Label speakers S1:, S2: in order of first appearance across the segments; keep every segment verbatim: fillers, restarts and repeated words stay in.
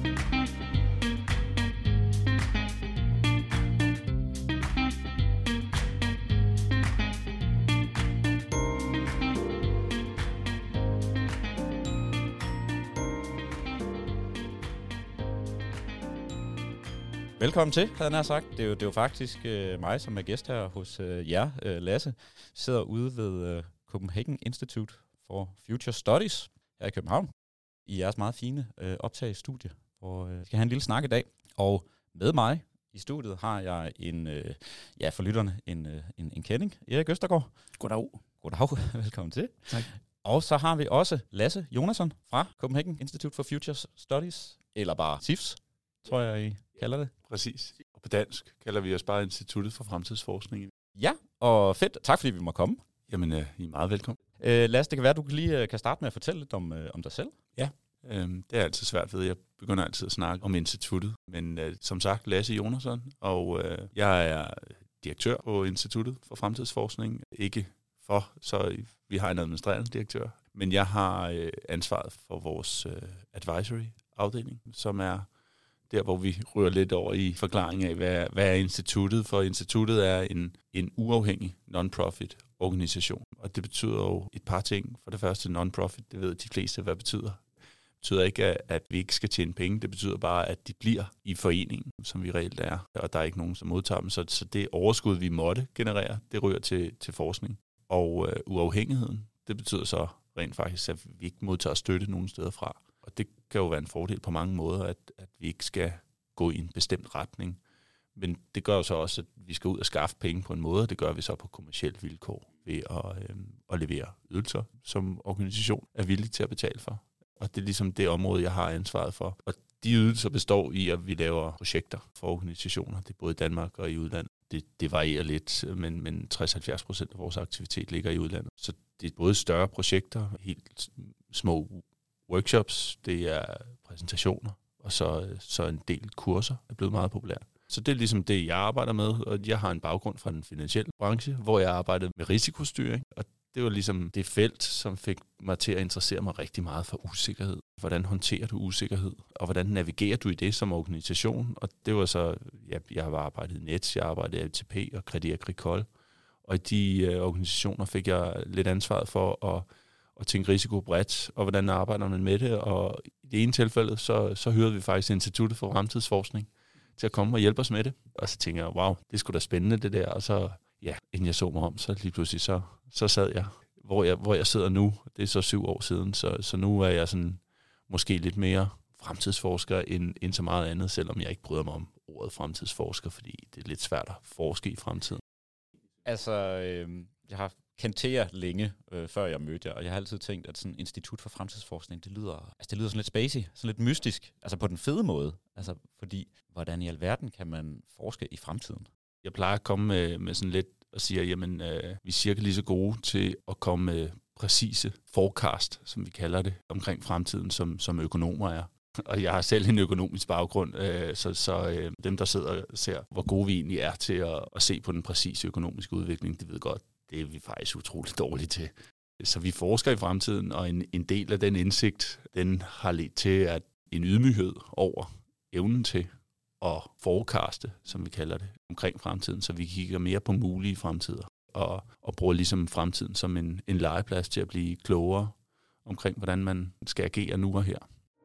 S1: Velkommen til, havde jeg sagt. Det er jo, det er jo faktisk øh, mig, som er gæst her hos øh, jer, øh, Lasse. Sidder ude ved øh, Copenhagen Institute for Future Studies her i København. I jeres meget fine øh, optagelsestudie, hvor øh, vi skal have en lille snak i dag. Og med mig i studiet har jeg en, øh, ja for lytterne, en, øh, en, en kending, Erik Østergaard.
S2: Goddag.
S1: Goddag, velkommen til.
S2: Tak.
S1: Og så har vi også Lasse Jonasson fra Copenhagen Institute for Future Studies, eller bare S I F S, tror jeg, I kalder det.
S3: Præcis. Og på dansk kalder vi os bare Instituttet for Fremtidsforskning.
S1: Ja, og fedt. Tak fordi vi må komme.
S3: Jamen, øh, I er meget velkommen.
S1: Øh, Lasse, det kan være, at du lige øh, kan starte med at fortælle lidt om, øh, om dig selv.
S3: Ja, øh, det er altid svært ved. Jeg begynder altid at snakke om instituttet. Men øh, som sagt, Lasse Jonasson, og øh, jeg er direktør på Instituttet for Fremtidsforskning. Ikke for, så vi har en administrerende direktør. Men jeg har øh, ansvaret for vores øh, advisory-afdeling, som er der, hvor vi rører lidt over i forklaring af, hvad, hvad er instituttet? For instituttet er en, en uafhængig non-profit organisation. Og det betyder jo et par ting. For det første non-profit, det ved de fleste, hvad det betyder. Det betyder ikke, at vi ikke skal tjene penge. Det betyder bare, at de bliver i foreningen, som vi reelt er. Og der er ikke nogen, som modtager dem. Så, så det overskud, vi måtte generere, det rører til, til forskning. Og øh, uafhængigheden, det betyder så rent faktisk, at vi ikke modtager støtte nogen steder fra. Og det kan jo være en fordel på mange måder, at, at vi ikke skal gå i en bestemt retning. Men det gør jo så også, at vi skal ud og skaffe penge på en måde, og det gør vi så på kommercielt vilkår ved at, øh, at levere ydelser, som organisation er villig til at betale for. Og det er ligesom det område, jeg har ansvaret for. Og de ydelser består i, at vi laver projekter for organisationer. Det er både i Danmark og i udlandet. Det, det varierer lidt, men, men tres til halvfjerds procent af vores aktivitet ligger i udlandet. Så det er både større projekter, helt små workshops, det er præsentationer, og så, så en del kurser er blevet meget populært. Så det er ligesom det, jeg arbejder med, og jeg har en baggrund fra den finansielle branche, hvor jeg arbejdede med risikostyring, og det var ligesom det felt, som fik mig til at interessere mig rigtig meget for usikkerhed. Hvordan håndterer du usikkerhed, og hvordan navigerer du i det som organisation? Og det var så, ja, jeg har arbejdet i Nets, jeg arbejdede i A T P og Crédit Agricole, og i de øh, organisationer fik jeg lidt ansvaret for at og tænke risiko bredt, og hvordan arbejder man med det. Og i det ene tilfælde, så, så hørte vi faktisk Instituttet for Fremtidsforskning til at komme og hjælpe os med det. Og så tænkte jeg, wow, det skulle da spændende det der. Og så, ja, inden jeg så mig om, så lige pludselig, så, så sad jeg hvor, jeg, hvor jeg sidder nu. Det er så syv år siden, så, så nu er jeg sådan måske lidt mere fremtidsforsker end, end så meget andet, selvom jeg ikke bryder mig om ordet fremtidsforsker, fordi det er lidt svært at forske i fremtiden.
S1: Altså, øh, jeg har kendt til jer længe, øh, før jeg mødte jer, og jeg har altid tænkt, at sådan Institut for Fremtidsforskning, det lyder, altså det lyder sådan lidt spacey, sådan lidt mystisk, altså på den fede måde. Altså, fordi, hvordan i alverden kan man forske i fremtiden?
S3: Jeg plejer at komme med, med sådan lidt og sige, jamen, øh, vi er cirka lige så gode til at komme med præcise forecast, som vi kalder det, omkring fremtiden, som, som økonomer er. Og jeg har selv en økonomisk baggrund, øh, så, så øh, dem, der sidder og ser, hvor gode vi egentlig er til at, at se på den præcise økonomiske udvikling, de ved godt, det er vi faktisk utroligt dårlige til. Så vi forsker i fremtiden, og en, en del af den indsigt, den har ledt til at en ydmyghed over evnen til at forecaste, som vi kalder det, omkring fremtiden, så vi kigger mere på mulige fremtider, og, og bruger ligesom fremtiden som en, en legeplads til at blive klogere omkring, hvordan man skal agere nu og her.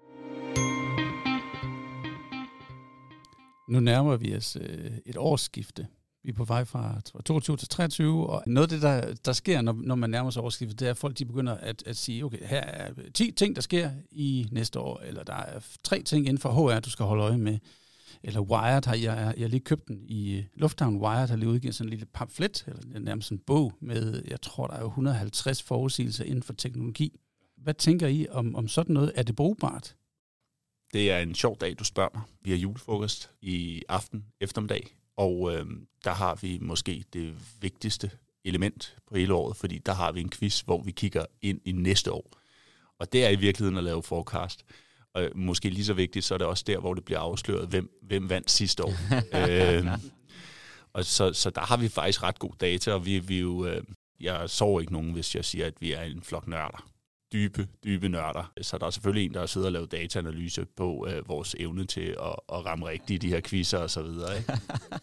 S2: Nu nærmer vi os øh, et årsskifte. Vi er på vej fra toogtyve til treogtyve, og noget af det, der, der sker, når, når man nærmer sig årsskiftet, det er, at folk de begynder at, at sige, okay, her er ti ting, der sker i næste år, eller der er tre ting inden for H R, du skal holde øje med. Eller Wired har jeg, jeg har lige købt den i Lufthavn. Wired har lige udgivet sådan en lille pamflet, eller nærmest en bog med, jeg tror, der er et hundrede og halvtreds forudsigelser inden for teknologi. Hvad tænker I om, om sådan noget? Er det brugbart?
S3: Det er en sjov dag, du spørger mig. Vi har julefrokost i aften eftermiddag, og øh, der har vi måske det vigtigste element på hele året, fordi der har vi en quiz, hvor vi kigger ind i næste år. Og det er i virkeligheden at lave forecast. Og måske lige så vigtigt, så er det også der, hvor det bliver afsløret, hvem, hvem vandt sidste år. øh, og så, så der har vi faktisk ret god data, og vi, vi jo, øh, jeg sover ikke nogen, hvis jeg siger, at vi er en flok nørder. dybe, dybe nørder. Så der er selvfølgelig en, der sidder og laver dataanalyse på øh, vores evne til at, at ramme rigtigt i de her quizzer og så videre. Ikke?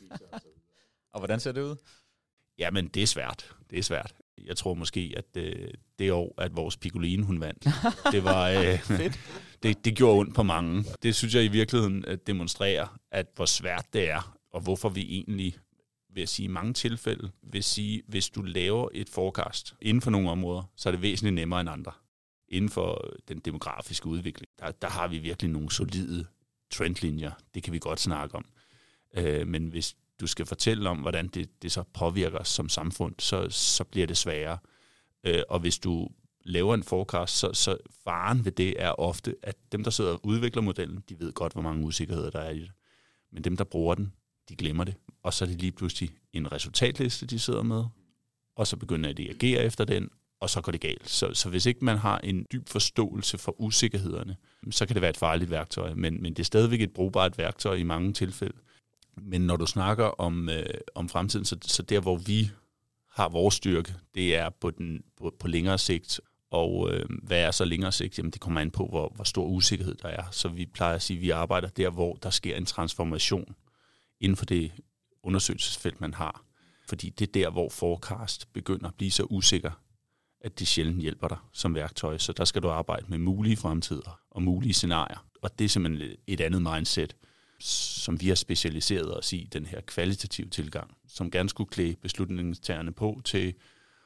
S1: Og hvordan ser det ud?
S3: Jamen, det er svært. Det er svært. Jeg tror måske, at øh, det år, at vores Piccoline, hun vandt, det var øh,
S1: Fedt.
S3: det, det gjorde ondt på mange. Det synes jeg i virkeligheden demonstrerer, at hvor svært det er, og hvorfor vi egentlig, vil jeg sige i mange tilfælde, vil sige, hvis du laver et forecast inden for nogle områder, så er det væsentligt nemmere end andre. Inden for den demografiske udvikling, der, der har vi virkelig nogle solide trendlinjer. Det kan vi godt snakke om. Øh, men hvis du skal fortælle om, hvordan det, det så påvirker os som samfund, så, så bliver det sværere. Øh, og hvis du laver en forecast, så, så faren ved det er ofte, at dem, der sidder og udvikler modellen, de ved godt, hvor mange usikkerheder der er i det. Men dem, der bruger den, de glemmer det. Og så er det lige pludselig en resultatliste, de sidder med, og så begynder de at agere efter den, og så går det galt. Så, så hvis ikke man har en dyb forståelse for usikkerhederne, så kan det være et farligt værktøj, men, men det er stadigvæk et brugbart værktøj i mange tilfælde. Men når du snakker om, øh, om fremtiden, så, så der, hvor vi har vores styrke, det er på, den, på, på længere sigt. Og øh, hvad er så længere sigt? Jamen, det kommer an på, hvor, hvor stor usikkerhed der er. Så vi plejer at sige, at vi arbejder der, hvor der sker en transformation inden for det undersøgelsesfelt, man har. Fordi det er der, hvor forecast begynder at blive så usikker, at det sjældent hjælper dig som værktøj. Så der skal du arbejde med mulige fremtider og mulige scenarier. Og det er simpelthen et andet mindset, som vi har specialiseret os i, den her kvalitative tilgang, som gerne skulle klæde beslutningstagerne på til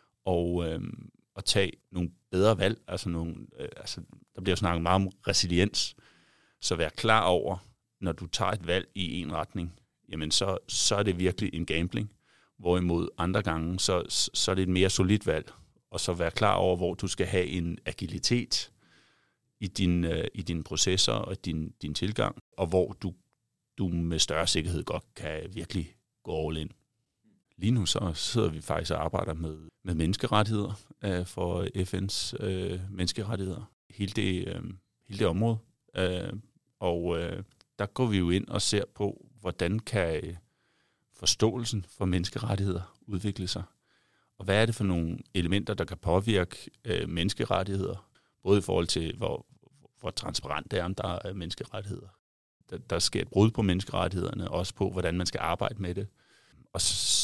S3: at, øh, at tage nogle bedre valg. Altså nogle, øh, altså, der bliver jo snakket meget om resiliens. Så vær klar over, når du tager et valg i en retning, jamen så, så er det virkelig en gambling. Hvorimod andre gange, så, så er det et mere solidt valg. Og så vær klar over, hvor du skal have en agilitet i din, øh, i dine processer og din, din tilgang, og hvor du du med større sikkerhed godt kan virkelig gå all in. Lige nu så sidder vi faktisk og arbejder med, med menneskerettigheder øh, for F N's øh, menneskerettigheder. Hele det, øh, hele det område. Øh, og øh, der går vi jo ind og ser på, hvordan kan øh, forståelsen for menneskerettigheder udvikle sig. Og hvad er det for nogle elementer, der kan påvirke øh, menneskerettigheder, både i forhold til, hvor, hvor transparent det er, om der er menneskerettigheder. Der, der sker et brud på menneskerettighederne, også på, hvordan man skal arbejde med det. Og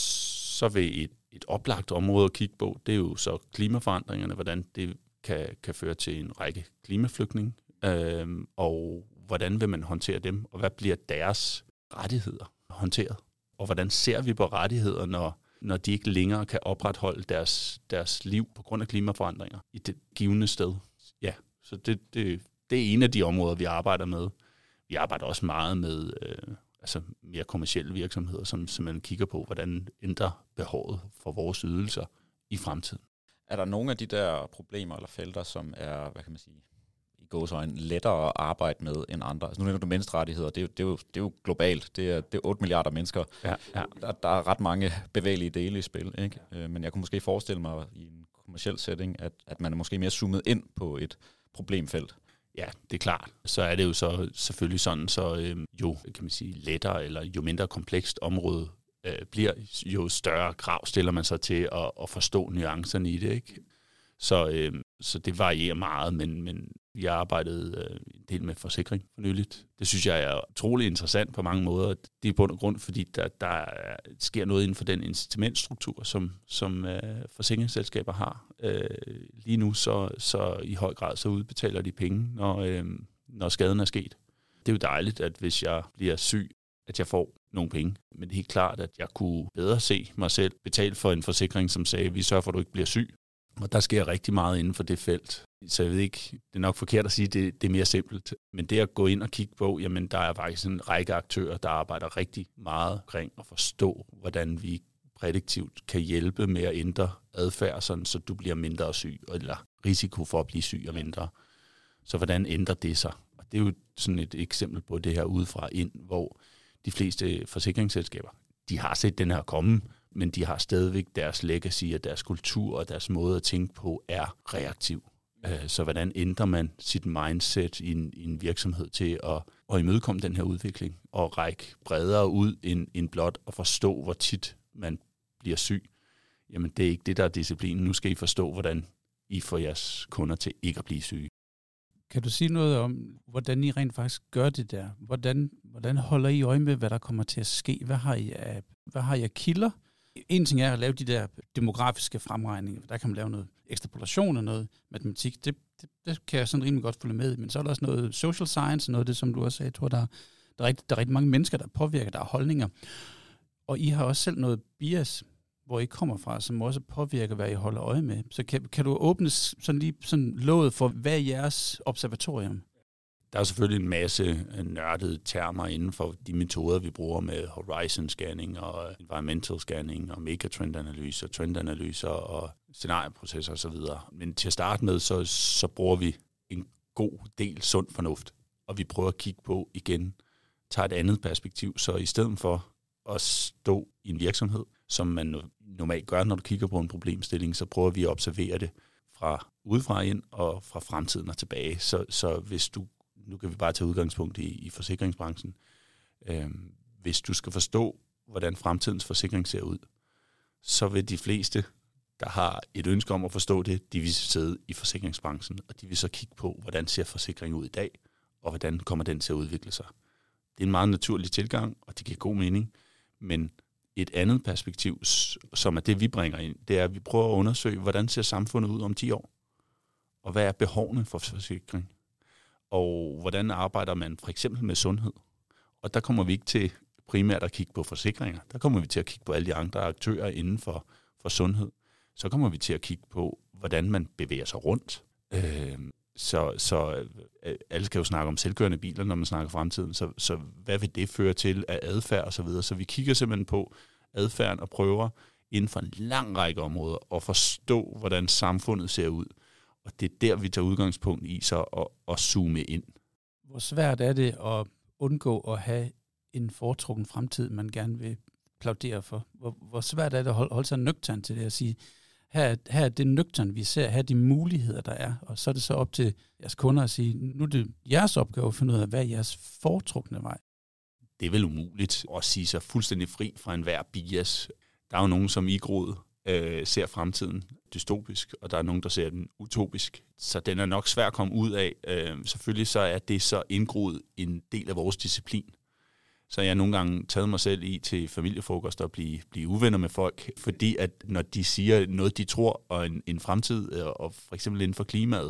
S3: så vil et, et oplagt område at kigge på, det er jo så klimaforandringerne, hvordan det kan, kan føre til en række klimaflygtninge, øh, og hvordan vil man håndtere dem, og hvad bliver deres rettigheder håndteret? Og hvordan ser vi på rettigheder, når, når de ikke længere kan opretholde deres, deres liv på grund af klimaforandringer i det givne sted? Ja, så det, det, det er en af de områder, vi arbejder med. Vi arbejder også meget med øh, altså mere kommercielle virksomheder, som simpelthen kigger på, hvordan ændrer behovet for vores ydelser i fremtiden.
S1: Er der nogle af de der problemer eller felter, som er, hvad kan man sige, i gåseøjne lettere at arbejde med end andre? Altså nu nævner du menneskerettigheder, det er jo, det er jo, det er jo globalt, det er, det er otte milliarder mennesker.
S3: Ja, ja.
S1: Der, der er ret mange bevægelige dele i spil, ikke? Ja. Men jeg kunne måske forestille mig i en kommerciel setting, at, at man er måske mere zoomet ind på et problemfelt.
S3: Ja, det er klart. Så er det jo så selvfølgelig sådan, så øh, jo kan man sige lettere eller jo mindre komplekst område øh, bliver, jo større krav stiller man sig til at, at forstå nuancerne i det, ikke? Så, øh, så det varierer meget, men, men jeg arbejdede øh, en del med forsikring for nyligt. Det synes jeg er utrolig interessant på mange måder. Det er i bund og grund, fordi der, der sker noget inden for den incitamentstruktur, som, som øh, forsikringsselskaber har. Øh, lige nu så, så i høj grad så udbetaler de penge, når, øh, når skaden er sket. Det er jo dejligt, at hvis jeg bliver syg, at jeg får nogle penge. Men det er helt klart, at jeg kunne bedre se mig selv betale for en forsikring, som sagde, vi sørger for, at du ikke bliver syg. Og der sker rigtig meget inden for det felt. Så jeg ved ikke, det er nok forkert at sige, at det, det er mere simpelt. Men det at gå ind og kigge på, jamen der er faktisk en række aktører, der arbejder rigtig meget omkring at forstå, hvordan vi prædiktivt kan hjælpe med at ændre adfærd, sådan, så du bliver mindre syg, eller risiko for at blive syg og mindre. Så hvordan ændrer det sig? Og det er jo sådan et eksempel på det her udefra ind, hvor de fleste forsikringsselskaber, de har set den her komme, men de har stadigvæk deres legacy og deres kultur og deres måde at tænke på er reaktiv. Så hvordan ændrer man sit mindset i en, i en virksomhed til at, at imødekomme den her udvikling og række bredere ud end, end blot at forstå, hvor tit man bliver syg? Jamen det er ikke det, der er disciplinen. Nu skal I forstå, hvordan I får jeres kunder til ikke at blive syge.
S2: Kan du sige noget om, hvordan I rent faktisk gør det der? Hvordan, hvordan holder I øje med, hvad der kommer til at ske? Hvad har I af, hvad har I af kilder? En ting er at lave de der demografiske fremregninger. Der kan man lave noget ekstrapolation og noget matematik. Det, det, det kan jeg sådan rimelig godt følge med i. Men så er der også noget social science, noget af det, som du også sagde, Thor, der, der, er rigtig, der er rigtig mange mennesker, der påvirker, der er holdninger. Og I har også selv noget bias, hvor I kommer fra, som også påvirker, hvad I holder øje med. Så kan, kan du åbne sådan lige sådan låget for, hvad er jeres observatorium?
S3: Der er selvfølgelig en masse nørdede termer inden for de metoder, vi bruger med horizon scanning og environmental scanning og megatrendanalyser, trendanalyser og scenarieprocesser osv. Men til at starte med, så, så bruger vi en god del sund fornuft, og vi prøver at kigge på igen, tager et andet perspektiv, så i stedet for at stå i en virksomhed, som man normalt gør, når du kigger på en problemstilling, så prøver vi at observere det fra udefra ind og fra fremtiden og tilbage. Så, så hvis du, nu kan vi bare tage udgangspunkt i, i forsikringsbranchen, øhm, hvis du skal forstå, hvordan fremtidens forsikring ser ud, så vil de fleste, der har et ønske om at forstå det, de vil sidde i forsikringsbranchen, og de vil så kigge på, hvordan ser forsikringen ud i dag, og hvordan kommer den til at udvikle sig. Det er en meget naturlig tilgang, og det giver god mening, men et andet perspektiv, som er det, vi bringer ind, det er, at vi prøver at undersøge, hvordan ser samfundet ud om ti år, og hvad er behovene for forsikring, og hvordan arbejder man for eksempel med sundhed. Og der kommer vi ikke til primært at kigge på forsikringer, der kommer vi til at kigge på alle de andre aktører inden for, for sundhed. Så kommer vi til at kigge på, hvordan man bevæger sig rundt. Øh, så, så alle skal jo snakke om selvkørende biler, når man snakker fremtiden, så, så hvad vil det føre til af adfærd og så videre. Så vi kigger simpelthen på adfærden og prøver inden for en lang række områder at forstå, hvordan samfundet ser ud. Og det er der, vi tager udgangspunkt i så at, at zoome ind.
S2: Hvor svært er det at undgå at have en foretrukken fremtid, man gerne vil plaudere for? Hvor, hvor svært er det at holde, holde sig nøgtern til det at sige, her, her er det nøgtern, vi ser, her er de muligheder, der er, og så er det så op til jeres kunder at sige, nu er det jeres opgave at finde ud af, hvad er jeres foretrukne vej?
S3: Det er vel umuligt at sige sig fuldstændig fri fra enhver bias. Der er jo nogen, som i groet øh, ser fremtiden dystopisk, og der er nogen, der ser den utopisk. Så den er nok svær at komme ud af. Øh, selvfølgelig så er det så indgroet en del af vores disciplin. Så jeg har nogle gange taget mig selv i til familiefrokost og blive, blive uvenner med folk, fordi at når de siger noget, de tror, og en, en fremtid, og for eksempel inden for klimaet,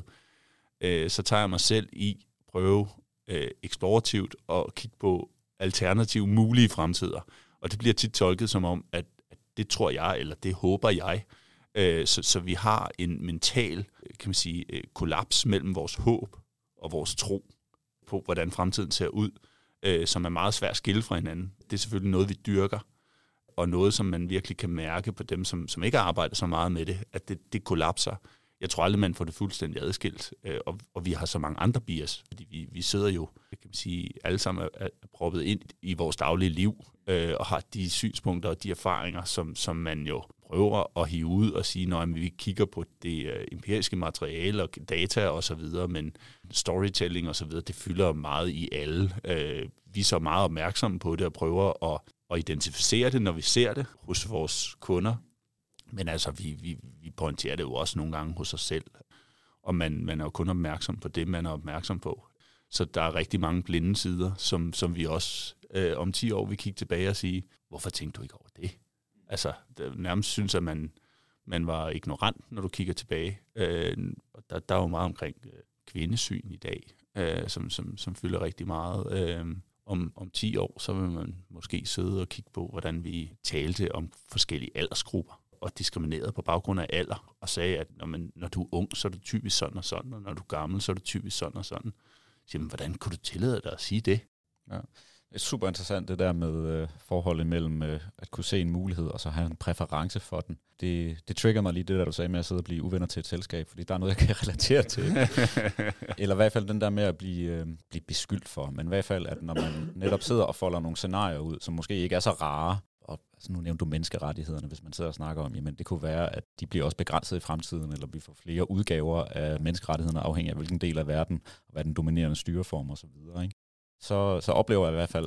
S3: øh, så tager jeg mig selv i prøve øh, eksplorativt og kigge på alternative mulige fremtider. Og det bliver tit tolket som om, at, at det tror jeg, eller det håber jeg. Øh, så, så vi har en mental, kan man sige, kollaps mellem vores håb og vores tro på, hvordan fremtiden ser ud, øh, som er meget svært at skille fra hinanden. Det er selvfølgelig noget, vi dyrker, og noget, som man virkelig kan mærke på dem, som, som ikke arbejder så meget med det, at det, det kollapser. Jeg tror aldrig, man får det fuldstændig adskilt, øh, og, og vi har så mange andre bias, fordi vi, vi sidder jo, kan man sige, alle sammen er, er proppet ind i vores daglige liv, øh, og har de synspunkter og de erfaringer, som, som man jo prøver at hive ud og sige, når vi kigger på det øh, empiriske materiale og data og så videre, men storytelling og så videre, det fylder meget i alle. Øh, vi er så meget opmærksomme på det og prøver at, at identificere det, når vi ser det hos vores kunder. Men altså, vi, vi, vi pointerer det jo også nogle gange hos os selv, og man, man er jo kun opmærksom på det, man er opmærksom på. Så der er rigtig mange blinde sider, som, som vi også øh, om ti år vil kigge tilbage og sige, hvorfor tænkte du ikke over det? Altså, det nærmest synes, at man, man var ignorant, når du kigger tilbage. Øh, der, der er jo meget omkring øh, kvindesyn i dag, øh, som, som, som fylder rigtig meget. Øh, om, om ti år, så vil man måske sidde og kigge på, hvordan vi talte om forskellige aldersgrupper og diskrimineret på baggrund af alder, og sagde, at når, man, når du er ung, så er du typisk sådan og sådan, og når du er gammel, så er du typisk sådan og sådan. Så jamen, hvordan kunne du tillade dig at sige det?
S1: Ja. Det er super interessant det der med øh, forholdet mellem øh, at kunne se en mulighed, og så have en præference for den. Det, det trigger mig lige det der, du sagde med at sidde og blive uvenner til et selskab, fordi der er noget, jeg kan relatere til. Eller i hvert fald den der med at blive, øh, blive beskyldt for. Men i hvert fald, at når man netop sidder og folder nogle scenarier ud, som måske ikke er så rare, og altså, nu nævnte du menneskerettighederne, hvis man sidder og snakker om, jamen det kunne være, at de bliver også begrænset i fremtiden, eller vi får flere udgaver af menneskerettighederne, afhængig af hvilken del af verden, og hvad den dominerende styreform og så videre, ikke? Så, så oplever jeg i hvert fald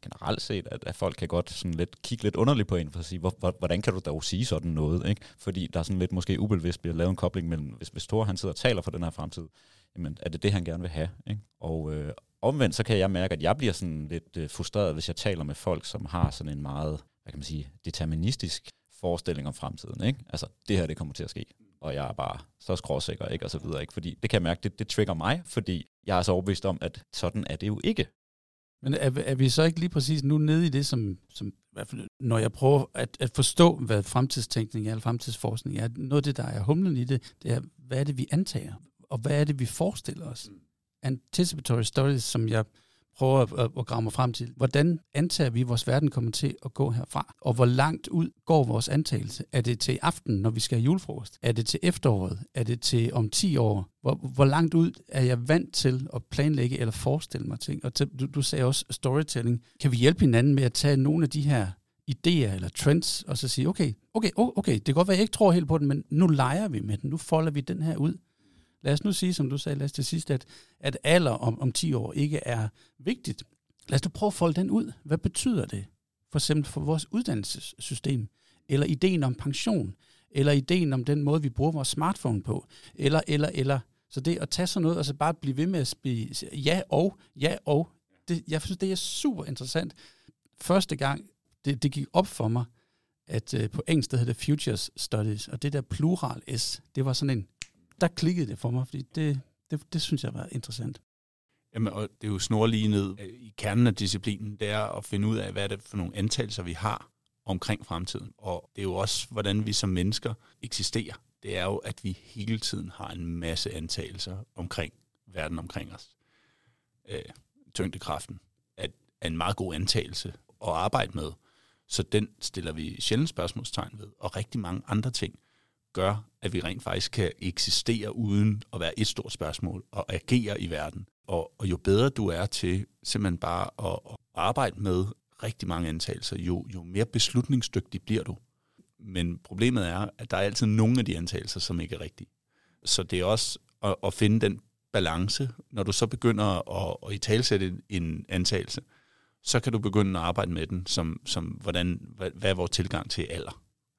S1: generelt set, at, at folk kan godt sådan lidt kigge lidt underligt på en, for at sige, hvor, hvordan kan du dog sige sådan noget, ikke? Fordi der er sådan lidt måske ubevidst bliver lavet en kobling mellem, hvis, hvis Thor han sidder og taler for den her fremtid, jamen er det det, han gerne vil have, ikke? Og øh, omvendt, så kan jeg mærke, at jeg bliver sådan lidt øh, frustreret, hvis jeg taler med folk, som har sådan en meget, hvad kan man sige, deterministisk forestilling om fremtiden, ikke? Altså, det her, det kommer til at ske, og jeg er bare så skråsikker, ikke? Og så videre, ikke? Fordi det kan jeg mærke, det, det trigger mig, fordi jeg er så overbevist om, at sådan er det jo ikke.
S2: Men er, er vi så ikke lige præcis nu nede i det, som, som i hvert fald, når jeg prøver at, at forstå, hvad fremtidstænkning er, eller fremtidsforskning er, noget af det, der er humlen i det, det er, hvad er det, vi antager, og hvad er det, vi forestiller os? Anticipatory studies, som jeg prøver at, at, at grave mig frem til. Hvordan antager vi, at vores verden kommer til at gå herfra? Og hvor langt ud går vores antagelse? Er det til aften, når vi skal have julefrokost? Er det til efteråret? Er det til om ti år? Hvor, hvor langt ud er jeg vant til at planlægge eller forestille mig ting? Og til, du, du sagde også storytelling. Kan vi hjælpe hinanden med at tage nogle af de her idéer eller trends, og så sige, okay, okay, okay, det kan godt være, at jeg ikke tror helt på den, men nu leger vi med den. Nu folder vi den her ud. Lad os nu sige, som du sagde, lad os til sidst, at, at alder om, om ti år ikke er vigtigt. Lad os nu prøve at folde den ud. Hvad betyder det? For eksempel for vores uddannelsessystem, eller ideen om pension, eller ideen om den måde, vi bruger vores smartphone på, eller, eller, eller. Så det at tage sådan noget, og så bare blive ved med at sige ja og, ja og. Det, jeg synes, det er super interessant. Første gang, det, det gik op for mig, at uh, på engelsk, der hedder det Futures Studies, og det der plural S, det var sådan en, der klikkede det for mig, fordi det, det, det synes jeg var interessant.
S3: Jamen, og det er jo snorlige ned i kernen af disciplinen, det er at finde ud af, hvad det er for nogle antagelser, vi har omkring fremtiden. Og det er jo også, hvordan vi som mennesker eksisterer. Det er jo, at vi hele tiden har en masse antagelser omkring verden omkring os. Øh, tyngdekraften er, er en meget god antagelse at arbejde med, så den stiller vi sjældent spørgsmålstegn ved, og rigtig mange andre ting gør, at vi rent faktisk kan eksistere uden at være et stort spørgsmål og agere i verden. Og, og jo bedre du er til simpelthen bare at, at arbejde med rigtig mange antagelser, jo, jo mere beslutningsdygtig bliver du. Men problemet er, at der er altid nogle af de antagelser, som ikke er rigtige. Så det er også at, at finde den balance. Når du så begynder at, at italesætte en antagelse, så kan du begynde at arbejde med den, som, som hvordan, hvad, hvad er vores tilgang til alder.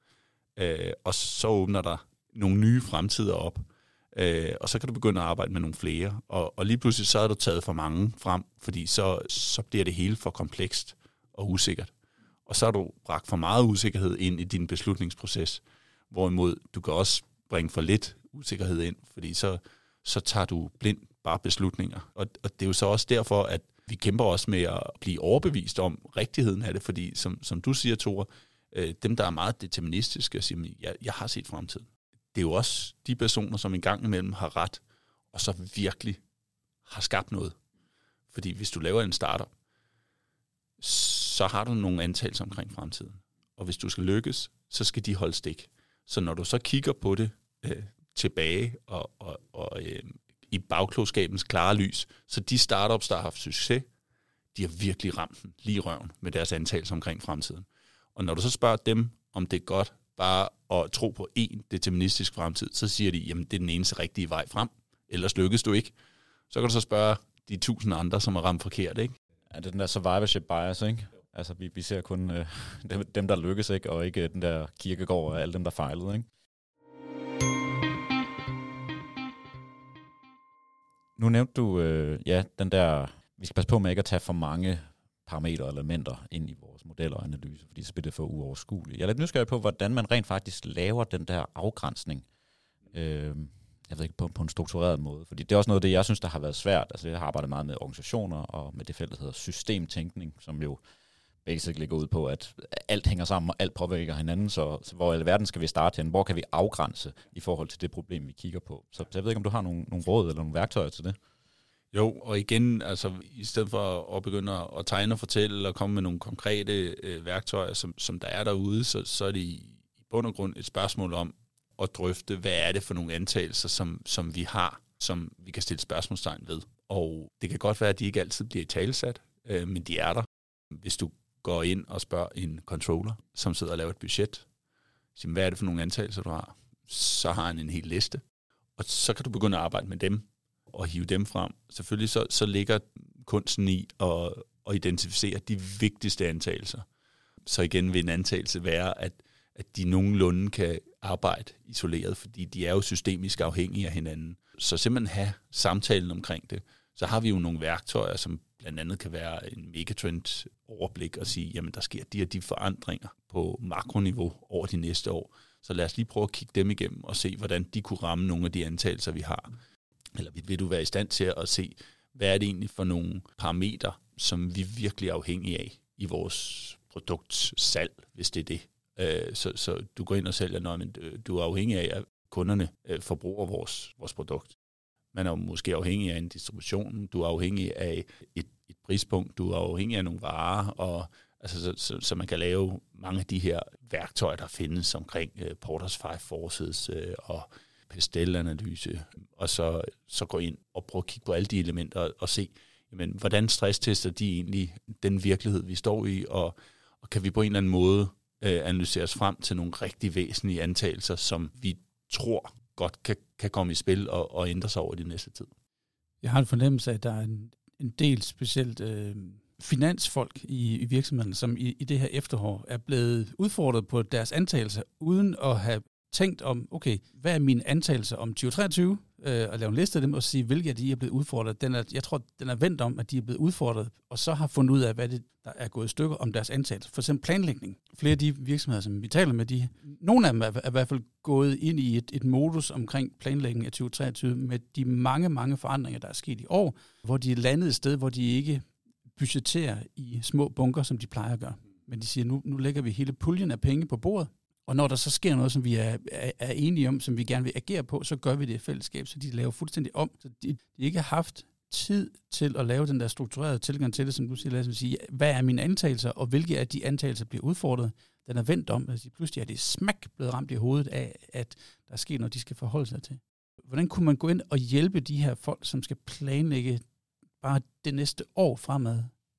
S3: Øh, og så åbner der nogle nye fremtider op, øh, og så kan du begynde at arbejde med nogle flere, og, og lige pludselig så er du taget for mange frem, fordi så, så bliver det hele for komplekst og usikkert. Og så har du bragt for meget usikkerhed ind i din beslutningsproces, hvorimod du kan også bringe for lidt usikkerhed ind, fordi så, så tager du blindt bare beslutninger. Og, og det er jo så også derfor, at vi kæmper også med at blive overbevist om rigtigheden af det, fordi som, som du siger, Thor, dem, der er meget deterministiske, og siger, jeg, jeg har set fremtiden. Det er jo også de personer, som en gang imellem har ret, og så virkelig har skabt noget. Fordi hvis du laver en startup, så har du nogle antagelser omkring fremtiden. Og hvis du skal lykkes, så skal de holde stik. Så når du så kigger på det øh, tilbage og, og, og øh, i bagklogskabens klare lys, så de startups, der har haft succes, de har virkelig ramt den lige i røven med deres antagelser omkring fremtiden. Og når du så spørger dem, om det er godt bare at tro på én deterministisk fremtid, så siger de, jamen det er den eneste rigtige vej frem, ellers lykkes du ikke. Så kan du så spørge de tusind andre, som har ramt forkert, ikke?
S1: Ja, det er den der survivorship bias, ikke? Altså vi, vi ser kun øh, dem, dem, der lykkes, ikke? Og ikke den der Kierkegaard og alle dem, der fejlede, ikke? Nu nævnte du, øh, ja, den der, vi skal passe på med ikke at tage for mange parametre og elementer ind i vores modeller og analyser, fordi så bliver det for uoverskueligt. Jeg er lidt nysgerrig på, hvordan man rent faktisk laver den der afgrænsning. Øh, jeg ved ikke, på, på en struktureret måde. Fordi det er også noget af det, jeg synes, der har været svært. Altså jeg har arbejdet meget med organisationer og med det felt, der hedder systemtænkning, som jo basically går ud på, at alt hænger sammen, og alt påvirker hinanden, så, så hvor i verden skal vi starte hen? Hvor kan vi afgrænse i forhold til det problem, vi kigger på? Så, så jeg ved ikke, om du har nogle, nogle råd eller nogle værktøjer til det?
S3: Jo, og igen, altså i stedet for at begynde at tegne og fortælle, eller komme med nogle konkrete øh, værktøjer, som, som der er derude, så, så er det i, i bund og grund et spørgsmål om at drøfte, hvad er det for nogle antagelser, som, som vi har, som vi kan stille spørgsmålstegn ved. Og det kan godt være, at de ikke altid bliver italesat, øh, men de er der. Hvis du går ind og spørger en controller, som sidder og laver et budget, siger, hvad er det for nogle antagelser, du har? Så har han en hel liste. Og så kan du begynde at arbejde med dem, og hive dem frem. Selvfølgelig så, så ligger kunsten i at, at identificere de vigtigste antagelser. Så igen vil en antagelse være, at, at de nogenlunde kan arbejde isoleret, fordi de er jo systemisk afhængige af hinanden. Så simpelthen have samtalen omkring det. Så har vi jo nogle værktøjer, som blandt andet kan være en megatrend-overblik og sige, jamen der sker de og de forandringer på makroniveau over de næste år. Så lad os lige prøve at kigge dem igennem og se, hvordan de kunne ramme nogle af de antagelser, vi har. Eller vil du være i stand til at se, hvad er det egentlig for nogle parametre, som vi virkelig er afhængige af i vores produktsalg, hvis det er det. Så, så du går ind og sælger noget, men du er afhængig af, at kunderne forbruger vores, vores produkt. Man er jo måske afhængig af en distribution, du er afhængig af et, et prispunkt, du er afhængig af nogle varer, og altså, så, så, så man kan lave mange af de her værktøjer, der findes omkring uh, Porter's Five Forces uh, og Pestel-analyse, og så, så gå ind og prøve at kigge på alle de elementer og, og se, jamen, hvordan stresstester de egentlig den virkelighed, vi står i, og, og kan vi på en eller anden måde uh, analysere os frem til nogle rigtig væsentlige antagelser, som vi tror godt kan, kan komme i spil og, og ændre sig over de næste tid.
S2: Jeg har en fornemmelse af, at der er en, en del specielt øh, finansfolk i, i virksomheden, som i, i det her efterår er blevet udfordret på deres antagelser, uden at have tænkt om, okay, hvad er mine antagelser om tyve treogtyve, øh, og lave en liste af dem og sige, hvilke af de er blevet udfordret. Den er, jeg tror, den er vendt om, at de er blevet udfordret, og så har fundet ud af, hvad det der er gået i stykker om deres antagelser. For eksempel planlægning. Flere af de virksomheder, som vi taler med, de, nogle af dem er, er i hvert fald gået ind i et, et modus omkring planlægning af tyve treogtyve med de mange, mange forandringer, der er sket i år, hvor de er landet et sted, hvor de ikke budgetterer i små bunker, som de plejer at gøre. Men de siger, nu, nu lægger vi hele puljen af penge på bordet, og når der så sker noget, som vi er, er, er enige om, som vi gerne vil agere på, så gør vi det i fællesskab, så de laver fuldstændig om. Så de, de ikke har haft tid til at lave den der strukturerede tilgang til det, som du siger, lad os sige, hvad er mine antagelser, og hvilke af de antagelser bliver udfordret. Den er vendt om, altså pludselig er det smæk blevet ramt i hovedet af, at der er sket noget, de skal forholde sig til. Hvordan kunne man gå ind og hjælpe de her folk, som skal planlægge bare det næste år fremad?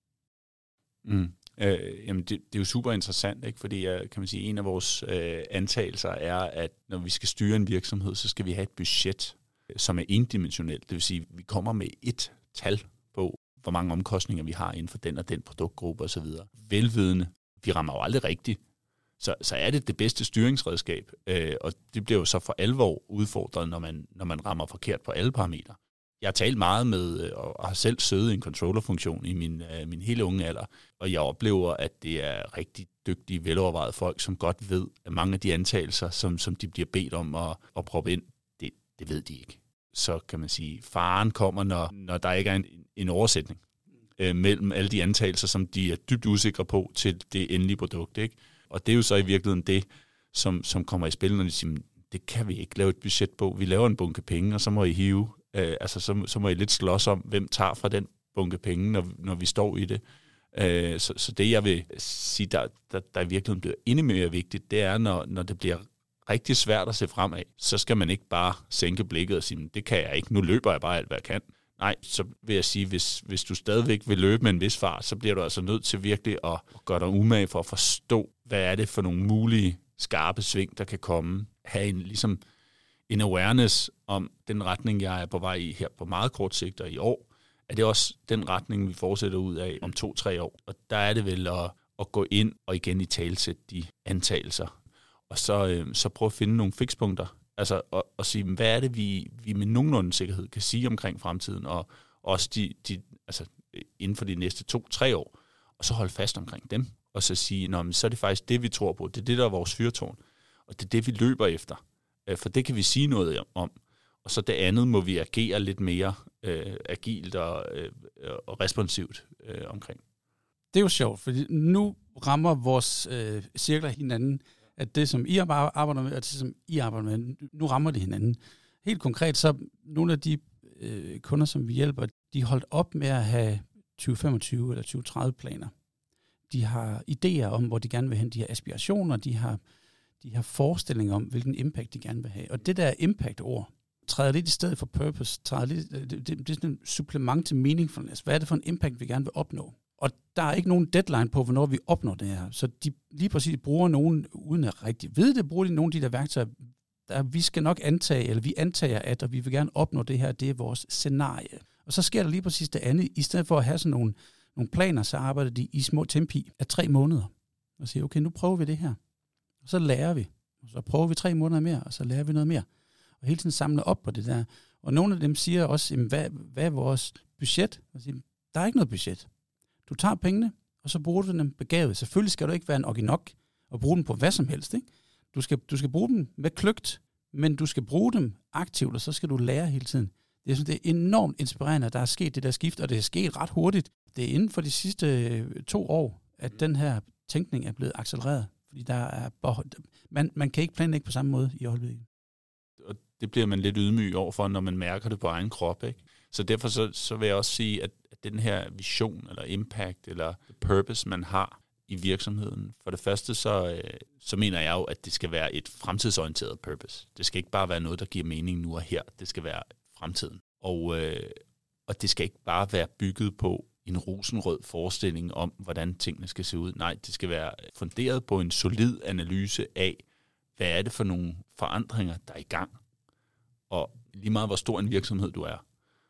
S3: Mm. Øh, jamen det, det er jo super interessant, ikke? Fordi kan man sige, en af vores øh, antagelser er, at når vi skal styre en virksomhed, så skal vi have et budget, som er endimensionelt. Det vil sige, at vi kommer med et tal på, hvor mange omkostninger vi har inden for den og den produktgruppe osv. Velvidende, vi rammer jo aldrig rigtigt, så, så er det det bedste styringsredskab, øh, og det bliver jo så for alvor udfordret, når man, når man rammer forkert på alle parametre. Jeg har talt meget med, og har selv siddet i en controllerfunktion i min, øh, min hele unge alder, og jeg oplever, at det er rigtig dygtige, velovervejede folk, som godt ved, at mange af de antagelser, som, som de bliver bedt om at, at proppe ind, det, det ved de ikke. Så kan man sige, faren kommer, når, når der ikke er en, en oversætning øh, mellem alle de antagelser, som de er dybt usikre på til det endelige produkt, ikke? Og det er jo så i virkeligheden det, som, som kommer i spil, når de siger, det kan vi ikke lave et budget på. Vi laver en bunke penge, og så må I hive. Øh, altså, så, så må I lidt slås om, hvem tager fra den bunke penge, når, når vi står i det. Øh, så, så det, jeg vil sige, der, der, der i virkeligheden bliver endnu mere vigtigt, det er, når, når det bliver rigtig svært at se fremad, så skal man ikke bare sænke blikket og sige, det kan jeg ikke, nu løber jeg bare alt, hvad jeg kan. Nej, så vil jeg sige, hvis, hvis du stadigvæk vil løbe med en vis fart, så bliver du altså nødt til virkelig at gøre dig umage for at forstå, hvad er det for nogle mulige skarpe sving, der kan komme. Have en, ligesom en awareness om den retning, jeg er på vej i her på meget kort sigt og i år, er det også den retning, vi fortsætter ud af om to-tre år. Og der er det vel at, at gå ind og igen i talsætte de antagelser, og så, øh, så prøve at finde nogle fikspunkter, altså og, og sige, hvad er det, vi, vi med nogenlunde sikkerhed kan sige omkring fremtiden, og også de, de, altså, inden for de næste to-tre år, og så holde fast omkring dem, og så sige, nå, men så er det faktisk det, vi tror på, det er det, der er vores fyrtårn, og det er det, vi løber efter, for det kan vi sige noget om, og så det andet må vi agere lidt mere øh, agilt og, øh, og responsivt øh, omkring.
S2: Det er jo sjovt, for nu rammer vores øh, cirkler hinanden, at det, som I arbejder med, og det, som I arbejder med, nu rammer de hinanden. Helt konkret, så nogle af de øh, kunder, som vi hjælper, de holdt op med at have tyve femogtyve eller tyve tredive planer. De har idéer om, hvor de gerne vil hen, de har aspirationer, de har, de har forestillinger om, hvilken impact de gerne vil have. Og det der impact-ord træder lidt i stedet for purpose, træder lidt, det, det, det er sådan et supplement til meaningfulness. Hvad er det for en impact, vi gerne vil opnå? Og der er ikke nogen deadline på, hvornår vi opnår det her. Så de lige præcis bruger nogen, uden at rigtig vide det, bruger de nogle af de der værktøjer, der vi skal nok antage, eller vi antager at, og vi vil gerne opnå det her, det er vores scenarie. Og så sker der lige præcis det andet, i stedet for at have sådan nogle, nogle planer, så arbejder de i små tempi af tre måneder. Og siger, okay, nu prøver vi det her. Og så lærer vi. Og så prøver vi tre måneder mere, og så lærer vi noget mere. Og hele tiden samler op på det der. Og nogle af dem siger også, jamen, hvad, hvad er vores budget? Og siger, der er ikke noget budget. Du tager pengene, og så bruger du dem begavet. Selvfølgelig skal du ikke være en orginok og bruge dem på hvad som helst. Ikke? Du, skal, du skal bruge dem med kløgt, men du skal bruge dem aktivt, og så skal du lære hele tiden. Jeg synes, det er enormt inspirerende, at der er sket det der skift, og det er sket ret hurtigt. Det er inden for de sidste to år, at den her tænkning er blevet accelereret. Fordi der er man, man kan ikke planlægge på samme måde i øjeblikket.
S3: Og det bliver man lidt ydmyg overfor, når man mærker det på egen krop. Ikke? Så derfor så, så vil jeg også sige, at den her vision, eller impact, eller purpose, man har i virksomheden. For det første, så, så mener jeg jo, at det skal være et fremtidsorienteret purpose. Det skal ikke bare være noget, der giver mening nu og her. Det skal være fremtiden. Og, øh, og det skal ikke bare være bygget på en rosenrød forestilling om, hvordan tingene skal se ud. Nej, det skal være funderet på en solid analyse af, hvad er det for nogle forandringer, der er i gang. Og lige meget, hvor stor en virksomhed du er,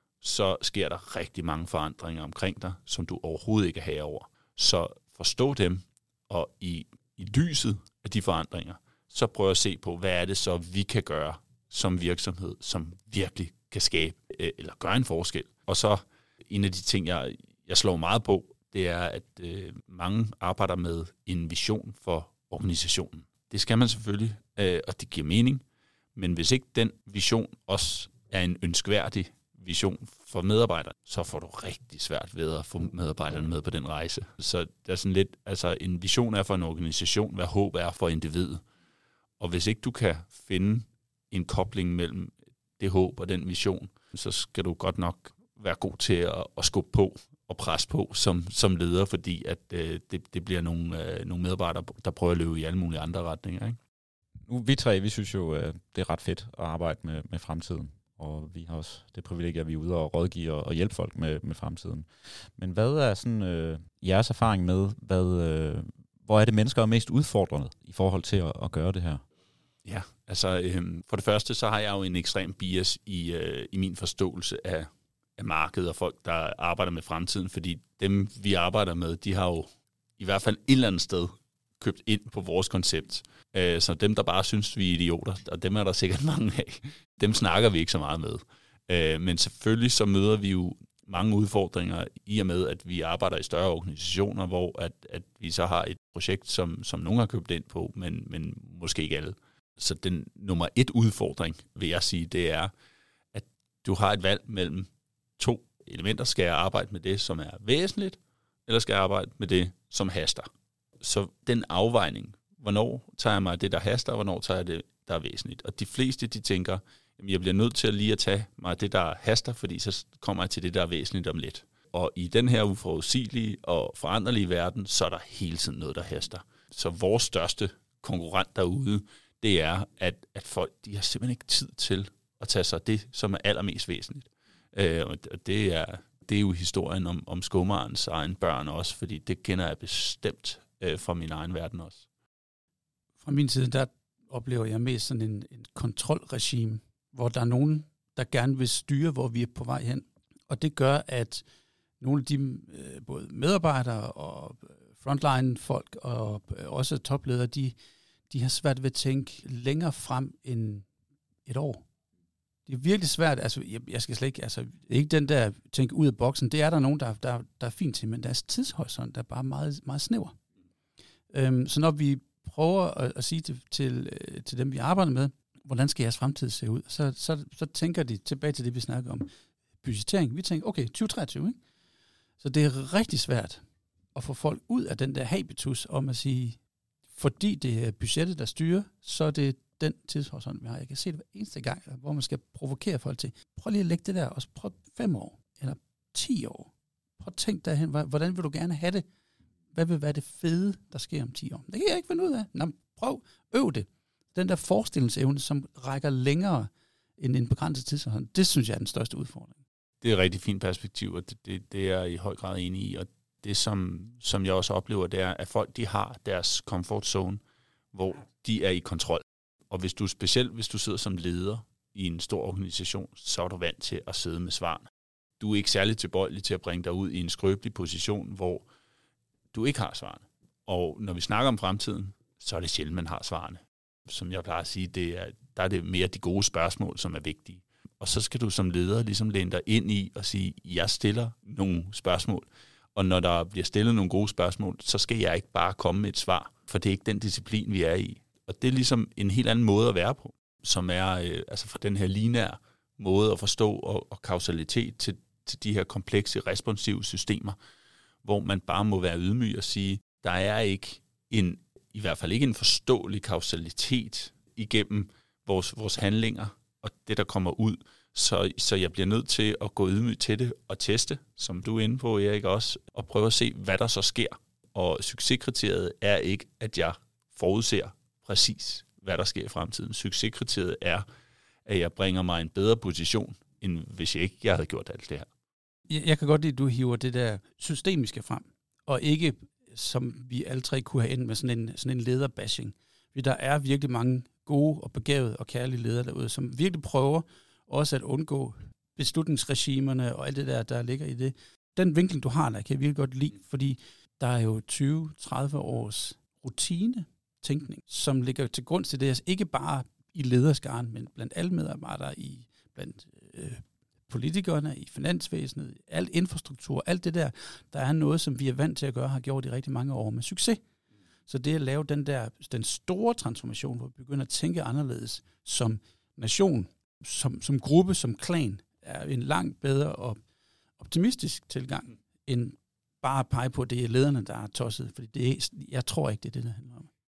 S3: så sker der rigtig mange forandringer omkring dig, som du overhovedet ikke er herre over. Så forstå dem, og i, i lyset af de forandringer, så prøv at se på, hvad er det så, vi kan gøre som virksomhed, som virkelig kan skabe eller gøre en forskel. Og så en af de ting, jeg, jeg slår meget på, det er, at øh, mange arbejder med en vision for organisationen. Det skal man selvfølgelig, øh, og det giver mening. Men hvis ikke den vision også er en ønskværdig vision for medarbejdere, så får du rigtig svært ved at få medarbejderne med på den rejse. Så der er sådan lidt, altså en vision er for en organisation, hvad håb er for individet. Og hvis ikke du kan finde en kobling mellem det håb og den vision, så skal du godt nok være god til at, at skubbe på og presse på som, som leder, fordi at øh, det, det bliver nogle, øh, nogle medarbejdere, der prøver at løbe i alle mulige andre retninger. Ikke?
S1: Nu, vi tre, vi synes jo, at det er ret fedt at arbejde med, med fremtiden. Og vi har også det privilegie, at vi er ude og rådgive og hjælpe folk med, med fremtiden. Men hvad er sådan øh, jeres erfaring med, hvad, øh, hvor er det mennesker er mest udfordrende i forhold til at, at gøre det her?
S3: Ja, altså øh, for det første, så har jeg jo en ekstrem bias i, øh, i min forståelse af, af markedet og folk, der arbejder med fremtiden, fordi dem, vi arbejder med, de har jo i hvert fald et eller andet sted købt ind på vores koncept. Øh, så dem, der bare synes, vi er idioter, og dem er der sikkert mange af, dem snakker vi ikke så meget med. Øh, men selvfølgelig så møder vi jo mange udfordringer i og med, at vi arbejder i større organisationer, hvor at, at vi så har et projekt, som, som nogen har købt ind på, men, men måske ikke alle. Så den nummer et udfordring, vil jeg sige, det er, at du har et valg mellem to elementer. Skal jeg arbejde med det, som er væsentligt, eller skal jeg arbejde med det, som haster? Så den afvejning, hvornår tager jeg mig det, der haster, og hvornår tager jeg det, der er væsentligt? Og de fleste, de tænker, jamen, jeg bliver nødt til at lige at tage mig det, der haster, fordi så kommer jeg til det, der er væsentligt om lidt. Og i den her uforudsigelige og foranderlige verden, så er der hele tiden noget, der haster. Så vores største konkurrent derude, det er, at, at folk de har simpelthen ikke tid til at tage sig det, som er allermest væsentligt. Øh, og det er, det er jo historien om, om skomagerens egen børn også, fordi det kender jeg bestemt øh, fra min egen verden også.
S2: Fra min side, der oplever jeg mest sådan en, en kontrolregime, hvor der er nogen, der gerne vil styre, hvor vi er på vej hen. Og det gør, at nogle af de øh, både medarbejdere og frontline-folk og også topledere, de, de har svært ved at tænke længere frem end et år. Det er virkelig svært. Altså, jeg, jeg skal slet ikke, altså, ikke den der tænke ud af boksen. Det er der nogen, der, der, der er fint til, men deres tidshorisont der er bare meget, meget snæver. Øhm, så når vi prøver at, at sige til, til, til dem, vi arbejder med, hvordan skal jeres fremtid se ud, så, så, så tænker de tilbage til det, vi snakker om. Budgettering. Vi tænker, okay, tyve treogtyve, ikke? Så det er rigtig svært at få folk ud af den der habitus om at sige, fordi det er budgettet, der styrer, så er det den tidshorisont, vi har. Jeg kan se det hver eneste gang, hvor man skal provokere folk til. Prøv lige at lægge det der, og prøv fem år, eller ti år. Prøv at tænke derhen, hvordan vil du gerne have det? Hvad vil være det fede, der sker om ti år? Det kan jeg ikke finde ud af. Nå, prøv, øv det. Den der forestillingsevne, som rækker længere end en begrænset tidshorisont, det synes jeg er den største udfordring.
S3: Det er et rigtig fint perspektiv, og det, det, det er jeg i høj grad enig i. Og det, som, som jeg også oplever, det er, at folk de har deres comfort zone, hvor de er i kontrol. Og hvis du specielt hvis du sidder som leder i en stor organisation, så er du vant til at sidde med svarene. du er ikke særlig tilbøjelig til at bringe dig ud i en skrøbelig position, hvor du ikke har svarene. Og når vi snakker om fremtiden, så er det sjældent, man har svarene. Som jeg plejer at sige, det er, der er det mere de gode spørgsmål, som er vigtige. Og så skal du som leder ligesom læne dig ind i og sige, jeg stiller nogle spørgsmål. Og når der bliver stillet nogle gode spørgsmål, så skal jeg ikke bare komme med et svar, for det er ikke den disciplin, vi er i. Og det er ligesom en helt anden måde at være på, som er øh, altså fra den her lineære måde at forstå og, og kausalitet til, til de her komplekse responsive systemer, hvor man bare må være ydmyg og sige, der er ikke en, i hvert fald ikke en forståelig kausalitet igennem vores, vores handlinger og det, der kommer ud. Så, så jeg bliver nødt til at gå ydmyg til det og teste, som du er inde på, Erik, også, og prøve at se, hvad der så sker. Og succeskriteriet er ikke, at jeg forudser præcis, hvad der sker i fremtiden. Succeskriteriet er, at jeg bringer mig i en bedre position, end hvis jeg ikke jeg havde gjort alt det her.
S2: Jeg kan godt lide, at du hiver det der systemiske frem, og ikke, som vi alle tre kunne have endt med, sådan en, sådan en lederbashing. For der er virkelig mange gode og begavede og kærlige ledere derude, som virkelig prøver også at undgå beslutningsregimerne og alt det der, der ligger i det. Den vinkel, du har der, kan jeg virkelig godt lide, fordi der er jo tyve til tredive års rutine-tænkning, som ligger til grund til det, altså ikke bare i lederskaren, men blandt alle medarbejdere, i, blandt øh, politikerne, i finansvæsenet, al infrastruktur, alt det der, der er noget, som vi er vant til at gøre, har gjort i rigtig mange år med succes. Så det at lave den der, den store transformation, hvor vi begynder at tænke anderledes som nation, som, som gruppe, som klan, er en langt bedre og optimistisk tilgang, end bare at pege på, at det er lederne, der er tosset. Fordi det er, jeg tror ikke, det er det, der handler om.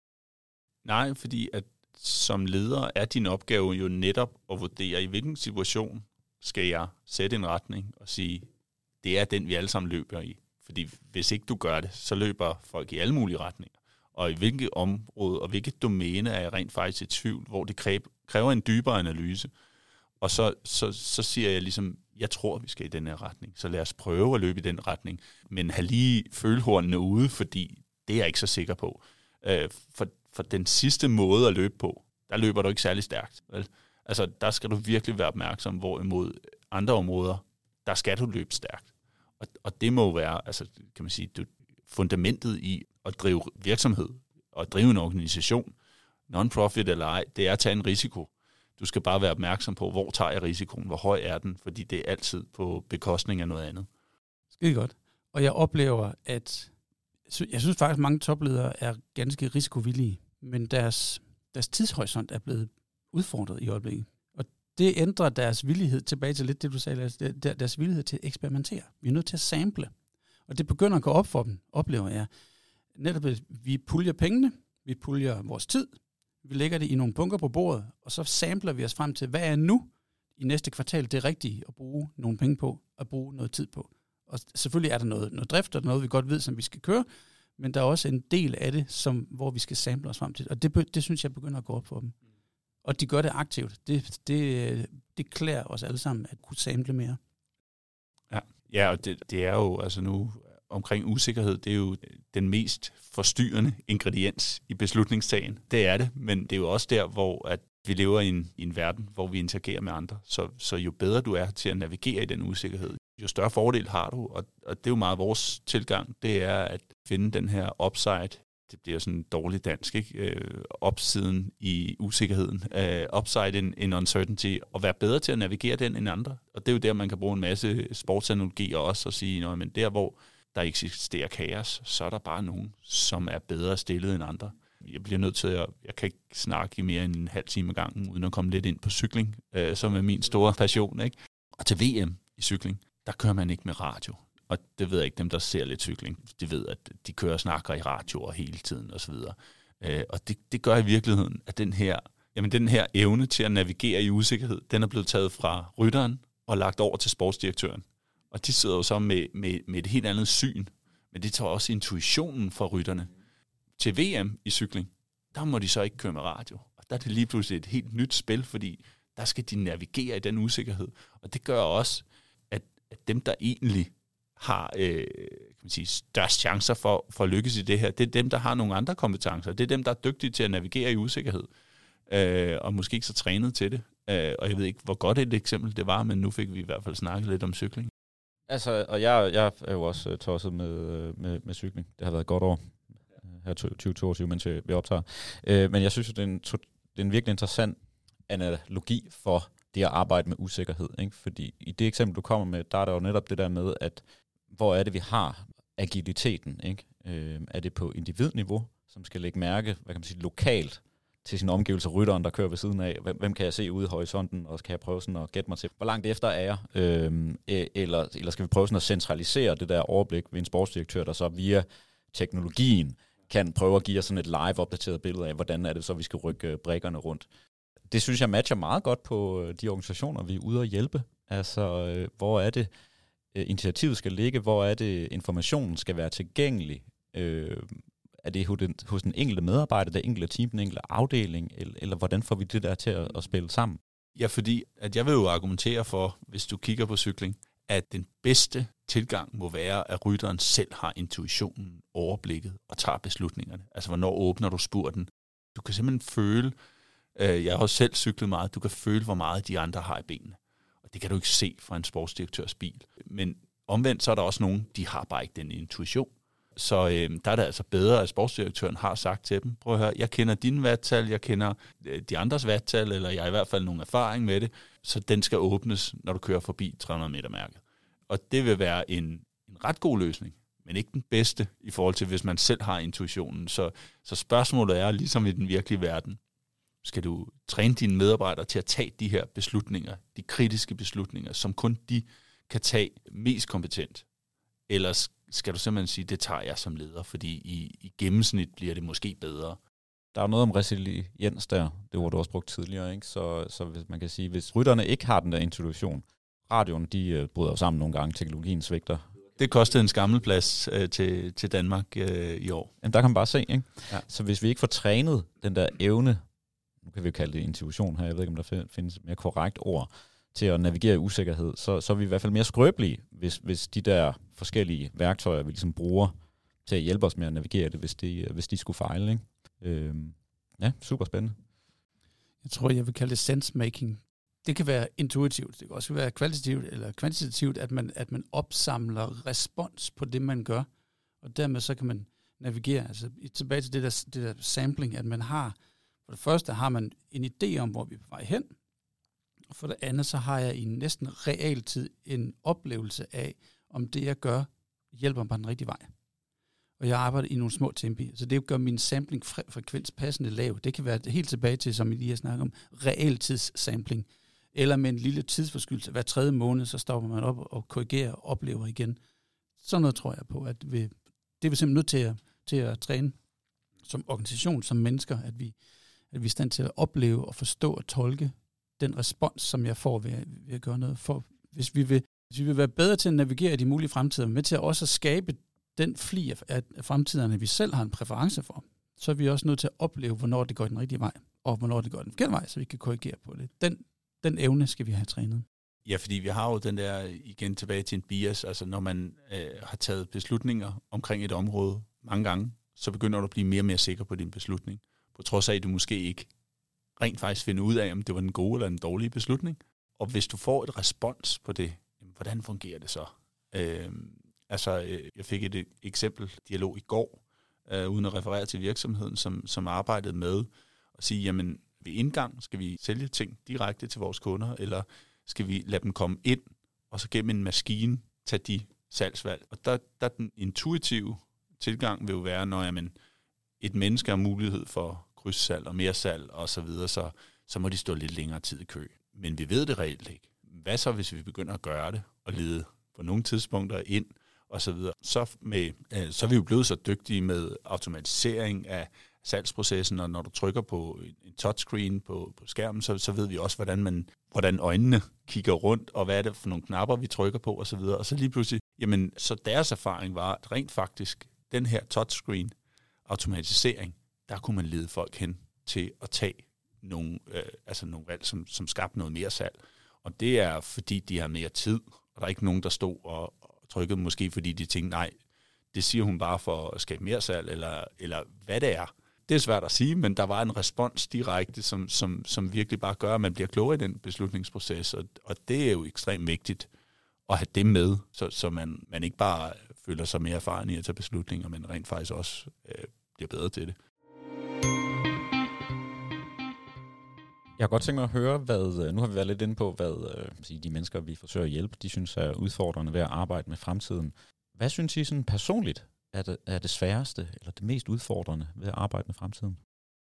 S3: Nej, fordi at som leder er din opgave jo netop at vurdere, i hvilken situation skal jeg sætte en retning og sige, det er den, vi alle sammen løber i. Fordi hvis ikke du gør det, så løber folk i alle mulige retninger. Og i hvilket område og hvilket domæne er jeg rent faktisk i tvivl, hvor det kræver en dybere analyse. Og så, så, så siger jeg ligesom, jeg tror, vi skal i den her retning, så lad os prøve at løbe i den retning. Men have lige følehornene ude, fordi det er jeg ikke så sikker på. Øh, for, for den sidste måde at løbe på, der løber du ikke særlig stærkt. Vel? Altså, der skal du virkelig være opmærksom, hvorimod andre områder, der skal du løbe stærkt. Og, og det må være, altså, kan man sige, du, fundamentet i at drive virksomhed og at drive en organisation, non-profit eller ej, det er at tage en risiko. Du skal bare være opmærksom på, hvor tager jeg risikoen, hvor høj er den, fordi det er altid på bekostning af noget andet.
S2: Skide godt. Og jeg oplever, at jeg synes faktisk, at mange topledere er ganske risikovillige, men deres, deres tidshorisont er blevet udfordret i øjeblikket. Og det ændrer deres villighed, tilbage til lidt det, du sagde, deres villighed til at eksperimentere. Vi er nødt til at sample. Og det begynder at gå op for dem, oplever jeg. Netop, at vi puljer pengene, vi puljer vores tid, vi lægger det i nogle bunker på bordet, og så sampler vi os frem til, hvad er nu i næste kvartal det rigtige at bruge nogle penge på, at bruge noget tid på. Og selvfølgelig er der noget, noget drift, og noget, vi godt ved, som vi skal køre, men der er også en del af det, som, hvor vi skal sample os frem til. Og det, det synes jeg begynder at gå op for dem. Og de gør det aktivt. Det, det, det klæder os alle sammen at kunne sample mere.
S3: Ja, ja og det, det er jo altså nu omkring usikkerhed, det er jo den mest forstyrrende ingrediens i beslutningstagen. Det er det, men det er jo også der, hvor at vi lever i en, i en verden, hvor vi interagerer med andre. Så, så jo bedre du er til at navigere i den usikkerhed, jo større fordel har du. Og, og det er jo meget vores tilgang, det er at finde den her upside. Det bliver sådan dårligt dansk, ikke? Øh, opsiden i usikkerheden. Øh, upside in, in uncertainty. Og være bedre til at navigere den end andre. Og det er jo der, man kan bruge en masse sportsanalogier også og sige, nå, men der, hvor der eksisterer kaos, så er der bare nogen, som er bedre stillet end andre. Jeg bliver nødt til at, jeg kan ikke snakke i mere end en halv time ad gangen, uden at komme lidt ind på cykling, øh, som er min store passion, ikke? Og til V M i cykling, der kører man ikke med radio. Og det ved jeg ikke, dem der ser lidt cykling, de ved, at de kører og snakker i radioer hele tiden osv. Øh, og det, det gør i virkeligheden, at den her, jamen den her evne til at navigere i usikkerhed, den er blevet taget fra rytteren og lagt over til sportsdirektøren. Og de sidder jo så med, med, med et helt andet syn, men det tager også intuitionen fra rytterne. Til V M i cykling, der må de så ikke køre med radio. Og der er det lige pludselig et helt nyt spil, fordi der skal de navigere i den usikkerhed. Og det gør også, at, at dem, der egentlig har øh, kan man sige, størst chancer for, for at lykkes i det her, det er dem, der har nogle andre kompetencer. Det er dem, der er dygtige til at navigere i usikkerhed, øh, og måske ikke så trænet til det. Øh, og jeg ved ikke, hvor godt et eksempel det var, men nu fik vi i hvert fald snakket lidt om cykling.
S1: Altså, og jeg, jeg er jo også uh, tosset med, med, med cykling. Det har været et godt år her tyve toogtyve, mens vi optager. Uh, men jeg synes jo, det er, en, det er en virkelig interessant analogi for det at arbejde med usikkerhed. Ikke? Fordi i det eksempel, du kommer med, der er der jo netop det der med, at hvor er det, vi har agiliteten? Ikke? Uh, er det på individniveau, som skal lægge mærke, hvad kan man sige, lokalt til sine omgivelser, rytteren, der kører ved siden af. Hvem, hvem kan jeg se ude i horisonten, og kan jeg prøve sådan at gætte mig til, hvor langt efter er jeg? Øhm, eller, eller skal vi prøve sådan at centralisere det der overblik ved en sportsdirektør, der så via teknologien kan prøve at give os sådan et live-opdateret billede af, hvordan er det så, vi skal rykke brikkerne rundt. Det synes jeg matcher meget godt på de organisationer, vi er ude at hjælpe. Altså, hvor er det, initiativet skal ligge? Hvor er det, informationen skal være tilgængelig? Øh, Er det hos den, hos den enkelte medarbejder, den enkelte team, den enkelte afdeling, eller, eller hvordan får vi det der til at, at spille sammen?
S3: Ja, fordi at jeg vil jo argumentere for, hvis du kigger på cykling, at den bedste tilgang må være, at rytteren selv har intuitionen, overblikket og tager beslutningerne. Altså, hvornår åbner du spurten? Du kan simpelthen føle, øh, jeg har også selv cyklet meget, du kan føle, hvor meget de andre har i benene. Og det kan du ikke se fra en sportsdirektørs bil. Men omvendt så er der også nogen, de har bare ikke den intuition. Så øh, der er det altså bedre, at sportsdirektøren har sagt til dem, prøv at høre, jeg kender dine vattal, jeg kender øh, de andres vattal, eller jeg har i hvert fald nogle erfaring med det, så den skal åbnes, når du kører forbi tre hundrede meter mærket. Og det vil være en, en ret god løsning, men ikke den bedste i forhold til, hvis man selv har intuitionen. Så, så spørgsmålet er, ligesom i den virkelige verden, skal du træne dine medarbejdere til at tage de her beslutninger, de kritiske beslutninger, som kun de kan tage mest kompetent, eller skal du simpelthen sige, det tager jeg som leder, fordi i, i gennemsnit bliver det måske bedre.
S1: Der er noget om resiliens der, det var du også brugt tidligere, ikke? Så, så hvis man kan sige, hvis rytterne ikke har den der intuition, radioen, de uh, bryder sammen nogle gange, teknologien svigter.
S3: Det kostede en skammelplads uh, til, til Danmark uh, i år.
S1: Jamen, der kan man bare se, ikke?
S3: Ja.
S1: Så hvis vi ikke får trænet den der evne, nu kan vi jo kalde det intuition her, jeg ved ikke, om der findes et mere korrekt ord, til at navigere i usikkerhed, så, så er vi i hvert fald mere skrøbelige, hvis, hvis de der forskellige værktøjer, vi ligesom bruger til at hjælpe os med at navigere det, hvis de, hvis de skulle fejle. Ikke? Øhm, ja, super spændende.
S2: Jeg tror, jeg vil kalde det sense-making. Det kan være intuitivt, det kan også være kvalitativt eller kvantitativt, at man, at man opsamler respons på det, man gør, og dermed så kan man navigere. Altså tilbage til det der, det der sampling, at man har, for det første har man en idé om, hvor vi er på vej hen, og for det andet, så har jeg i næsten realtid en oplevelse af, om det, jeg gør, hjælper mig på den rigtige vej. Og jeg arbejder i nogle små tempi, så det gør min sampling-frekvens passende lav. Det kan være helt tilbage til, som I lige har snakket om, realtidssampling. Eller med en lille tidsforskydelse. Hver tredje måned, så stopper man op og korrigerer og oplever igen. Sådan noget tror jeg på, at vi, det er vi simpelthen nødt til at, til at træne som organisation, som mennesker, at vi, at vi er i stand til at opleve og forstå og tolke den respons, som jeg får ved, ved at gøre noget. For hvis vi, vil, hvis vi vil være bedre til at navigere i de mulige fremtider, men til at også skabe den fli af, af fremtiderne, vi selv har en præference for, så er vi også nødt til at opleve, hvornår det går den rigtige vej, og hvornår det går den forkerte vej, så vi kan korrigere på det. Den, den evne skal vi have trænet.
S3: Ja, fordi vi har jo den der, igen tilbage til en bias, altså når man øh, har taget beslutninger omkring et område mange gange, så begynder du at blive mere og mere sikker på din beslutning, på trods af, at du måske ikke rent faktisk finder ud af, om det var den gode eller den dårlige beslutning. Og hvis du får et respons på det, hvordan fungerer det så? Øh, altså, øh, jeg fik et eksempel, dialog i går, øh, uden at referere til virksomheden, som, som arbejdede med at sige, jamen ved indgang skal vi sælge ting direkte til vores kunder, eller skal vi lade dem komme ind, og så gennem en maskine tage de salgsvalg. Og der, der den intuitive tilgang vil jo være, når jamen, et menneske har mulighed for krydssalg og mere salg og så videre, så, så må de stå lidt længere tid i kø. Men vi ved det reelt ikke. Hvad så, hvis vi begynder at gøre det og lede på nogle tidspunkter ind og så videre? Så, med, øh, så er vi jo blevet så dygtige med automatisering af salgsprocessen, og når du trykker på en touchscreen på, på skærmen, så, så ved vi også, hvordan, man, hvordan øjnene kigger rundt, og hvad er det for nogle knapper, vi trykker på og så videre. Og så lige pludselig, jamen, så deres erfaring var, at rent faktisk, den her touchscreen automatisering, der kunne man lede folk hen til at tage nogle, øh, altså nogle valg, som, som skabte noget mere salg. Og det er, fordi de har mere tid, og der er ikke nogen, der stod og, og trykkede, måske fordi de tænkte, nej, det siger hun bare for at skabe mere salg, eller, eller hvad det er. Det er svært at sige, men der var en respons direkte, som, som, som virkelig bare gør, at man bliver klogere i den beslutningsproces, og, og det er jo ekstremt vigtigt og have det med, så, så man, man ikke bare føler sig mere erfaren i at tage beslutninger, men rent faktisk også øh, bliver bedre til det.
S1: Jeg har godt tænkt mig at høre, hvad, nu har vi været lidt inde på, hvad øh, de mennesker, vi forsøger at hjælpe, de synes er udfordrende ved at arbejde med fremtiden. Hvad synes I sådan personligt er det, er det sværeste, eller det mest udfordrende ved at arbejde med fremtiden?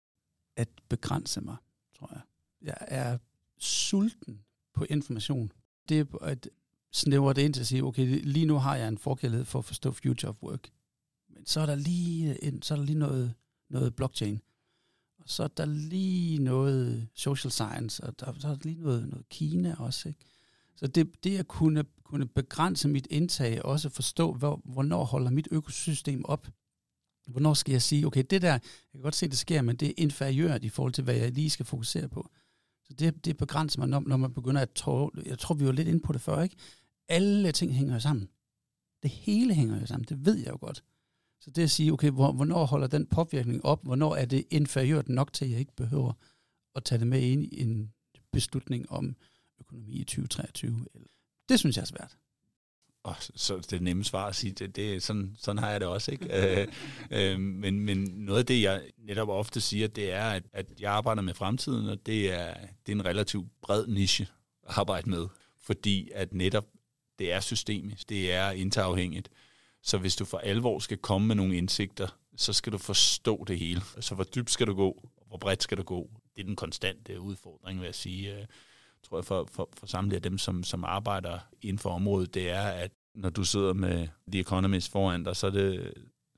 S2: At begrænse mig, tror jeg. Jeg er sulten på information. Det er at snævre det ind til at sige, okay, lige nu har jeg en forkærlighed for at forstå future of work. Men så er der lige, en, så er der lige noget, noget blockchain. Og så er der lige noget social science, og der, så er der lige noget, noget Kina også. Ikke? Så det, det at kunne, kunne begrænse mit indtag, også forstå, hvor, hvornår holder mit økosystem op. Hvornår skal jeg sige, okay, det der, jeg kan godt se, det sker, men det er inferiørt i forhold til, hvad jeg lige skal fokusere på. Så det, det begrænser mig, når, når man begynder at tro, jeg tror, vi var lidt inde på det før, ikke? Alle ting hænger jo sammen. Det hele hænger jo sammen, det ved jeg jo godt. Så det at sige, okay, hvornår holder den påvirkning op? Hvornår er det inferiørt nok til, at jeg ikke behøver at tage det med ind i en beslutning om økonomi i tyve treogtyve? Det synes jeg er svært.
S3: Oh, så det nemme svar at sige, det, det, sådan, sådan har jeg det også, ikke? øh, øh, men, men noget af det, jeg netop ofte siger, det er, at, at jeg arbejder med fremtiden, og det er, det er en relativt bred niche at arbejde med, fordi at netop det er systemisk, det er interafhængigt. Så hvis du for alvor skal komme med nogle indsigter, så skal du forstå det hele. Så hvor dybt skal du gå, hvor bredt skal du gå? Det er den konstante udfordring, vil jeg sige. Tror jeg for, for, for samtlige af dem, som, som arbejder inden for området, det er, at når du sidder med The Economist foran dig, så, det,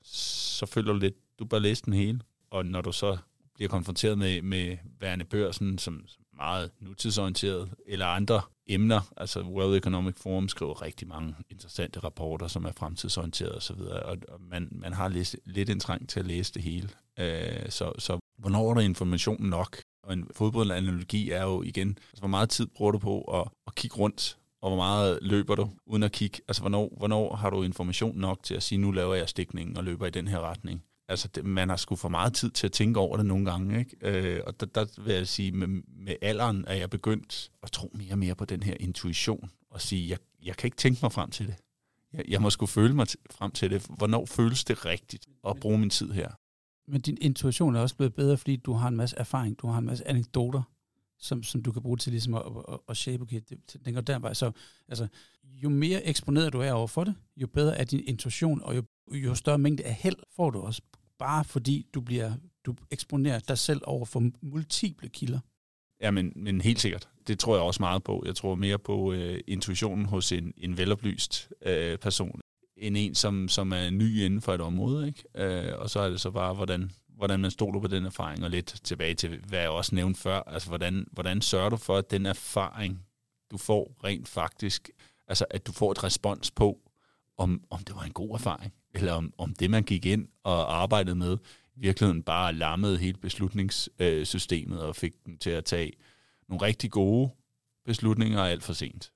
S3: så føler du lidt, du bør læse den hele. Og når du så bliver konfronteret med, med værende børsen, som meget nutidsorienteret, eller andre emner, altså World Economic Forum skriver rigtig mange interessante rapporter, som er fremtidsorienteret og så videre, og, og man, man har læst, lidt en trang til at læse det hele. Øh, så, så hvornår er der information nok? Og en fodboldanalogi er jo igen, altså hvor meget tid bruger du på at, at kigge rundt, og hvor meget løber du uden at kigge? Altså hvornår, hvornår har du information nok til at sige, nu laver jeg stikningen og løber i den her retning? Altså det, man har sgu for meget tid til at tænke over det nogle gange, ikke? Øh, og der, der vil jeg sige, med, med alderen er jeg begyndt at tro mere og mere på den her intuition, og sige, jeg, jeg kan ikke tænke mig frem til det. Jeg, jeg må sgu føle mig t- frem til det. Hvornår føles det rigtigt at bruge min tid her?
S2: Men din intuition er også blevet bedre, fordi du har en masse erfaring, du har en masse anekdoter, som, som du kan bruge til ligesom at, at, at shape, okay, det, den går den vej. Så altså, jo mere eksponeret du er over for det, jo bedre er din intuition, og jo, jo større mængde af held får du også, bare fordi du bliver du eksponerer dig selv over for multiple kilder.
S3: Ja, men, men helt sikkert. Det tror jeg også meget på. Jeg tror mere på øh, intuitionen hos en, en veloplyst øh, person, end en, som, som er ny inden for et område, ikke? Øh, og så er det så bare, hvordan, hvordan man stoler på den erfaring, og lidt tilbage til, hvad jeg også nævnte før. Altså, hvordan, hvordan sørger du for, at den erfaring, du får rent faktisk, altså, at du får et respons på, om, om det var en god erfaring, eller om, om det, man gik ind og arbejdede med, i virkeligheden bare lammede hele beslutningssystemet og fik dem til at tage nogle rigtig gode beslutninger alt for sent.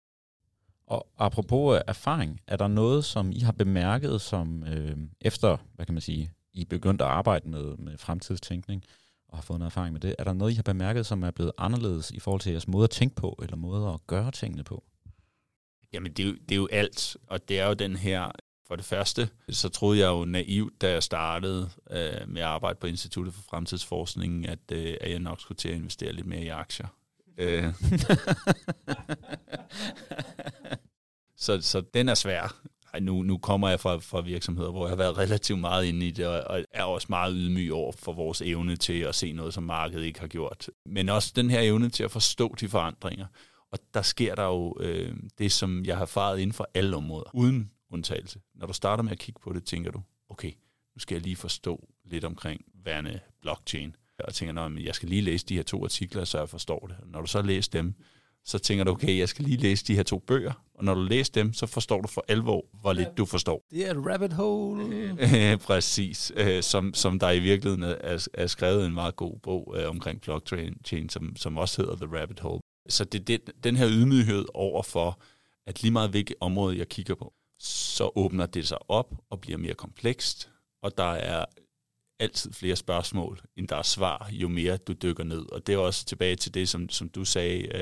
S1: Og apropos erfaring, er der noget, som I har bemærket, som øh, efter, hvad kan man sige, I begyndte at arbejde med, med fremtidstænkning, og har fået noget erfaring med det, er der noget, I har bemærket, som er blevet anderledes i forhold til jeres måde at tænke på, eller måde at gøre tingene på?
S3: Jamen, det er, jo, det er jo alt, og det er jo den her, for det første, så troede jeg jo naivt, da jeg startede øh, med at arbejde på Instituttet for Fremtidsforskning, at, øh, at jeg nok skulle til at investere lidt mere i aktier. Øh. så, så den er svær. Ej, nu, nu kommer jeg fra, fra virksomheder, hvor jeg har været relativt meget inde i det, og, og er også meget ydmyg over for vores evne til at se noget, som markedet ikke har gjort. Men også den her evne til at forstå de forandringer. Og der sker der jo øh, det, som jeg har erfaret inden for alle områder, uden undtagelse. Når du starter med at kigge på det, tænker du, okay, nu skal jeg lige forstå lidt omkring værende blockchain. Og tænker, at jeg skal lige læse de her to artikler, så jeg forstår det. Når du så læser dem, så tænker du, okay, jeg skal lige læse de her to bøger. Og når du læser dem, så forstår du for alvor, hvor lidt du forstår.
S2: Det er et rabbit hole.
S3: Præcis. Som, som der i virkeligheden er, er skrevet en meget god bog øh, omkring blockchain, som, som også hedder The Rabbit Hole. Så det er det, den her ydmyghed over for, at lige meget hvilket område jeg kigger på, så åbner det sig op og bliver mere komplekst, og der er altid flere spørgsmål, end der er svar, jo mere du dykker ned. Og det er også tilbage til det, som, som du sagde, uh,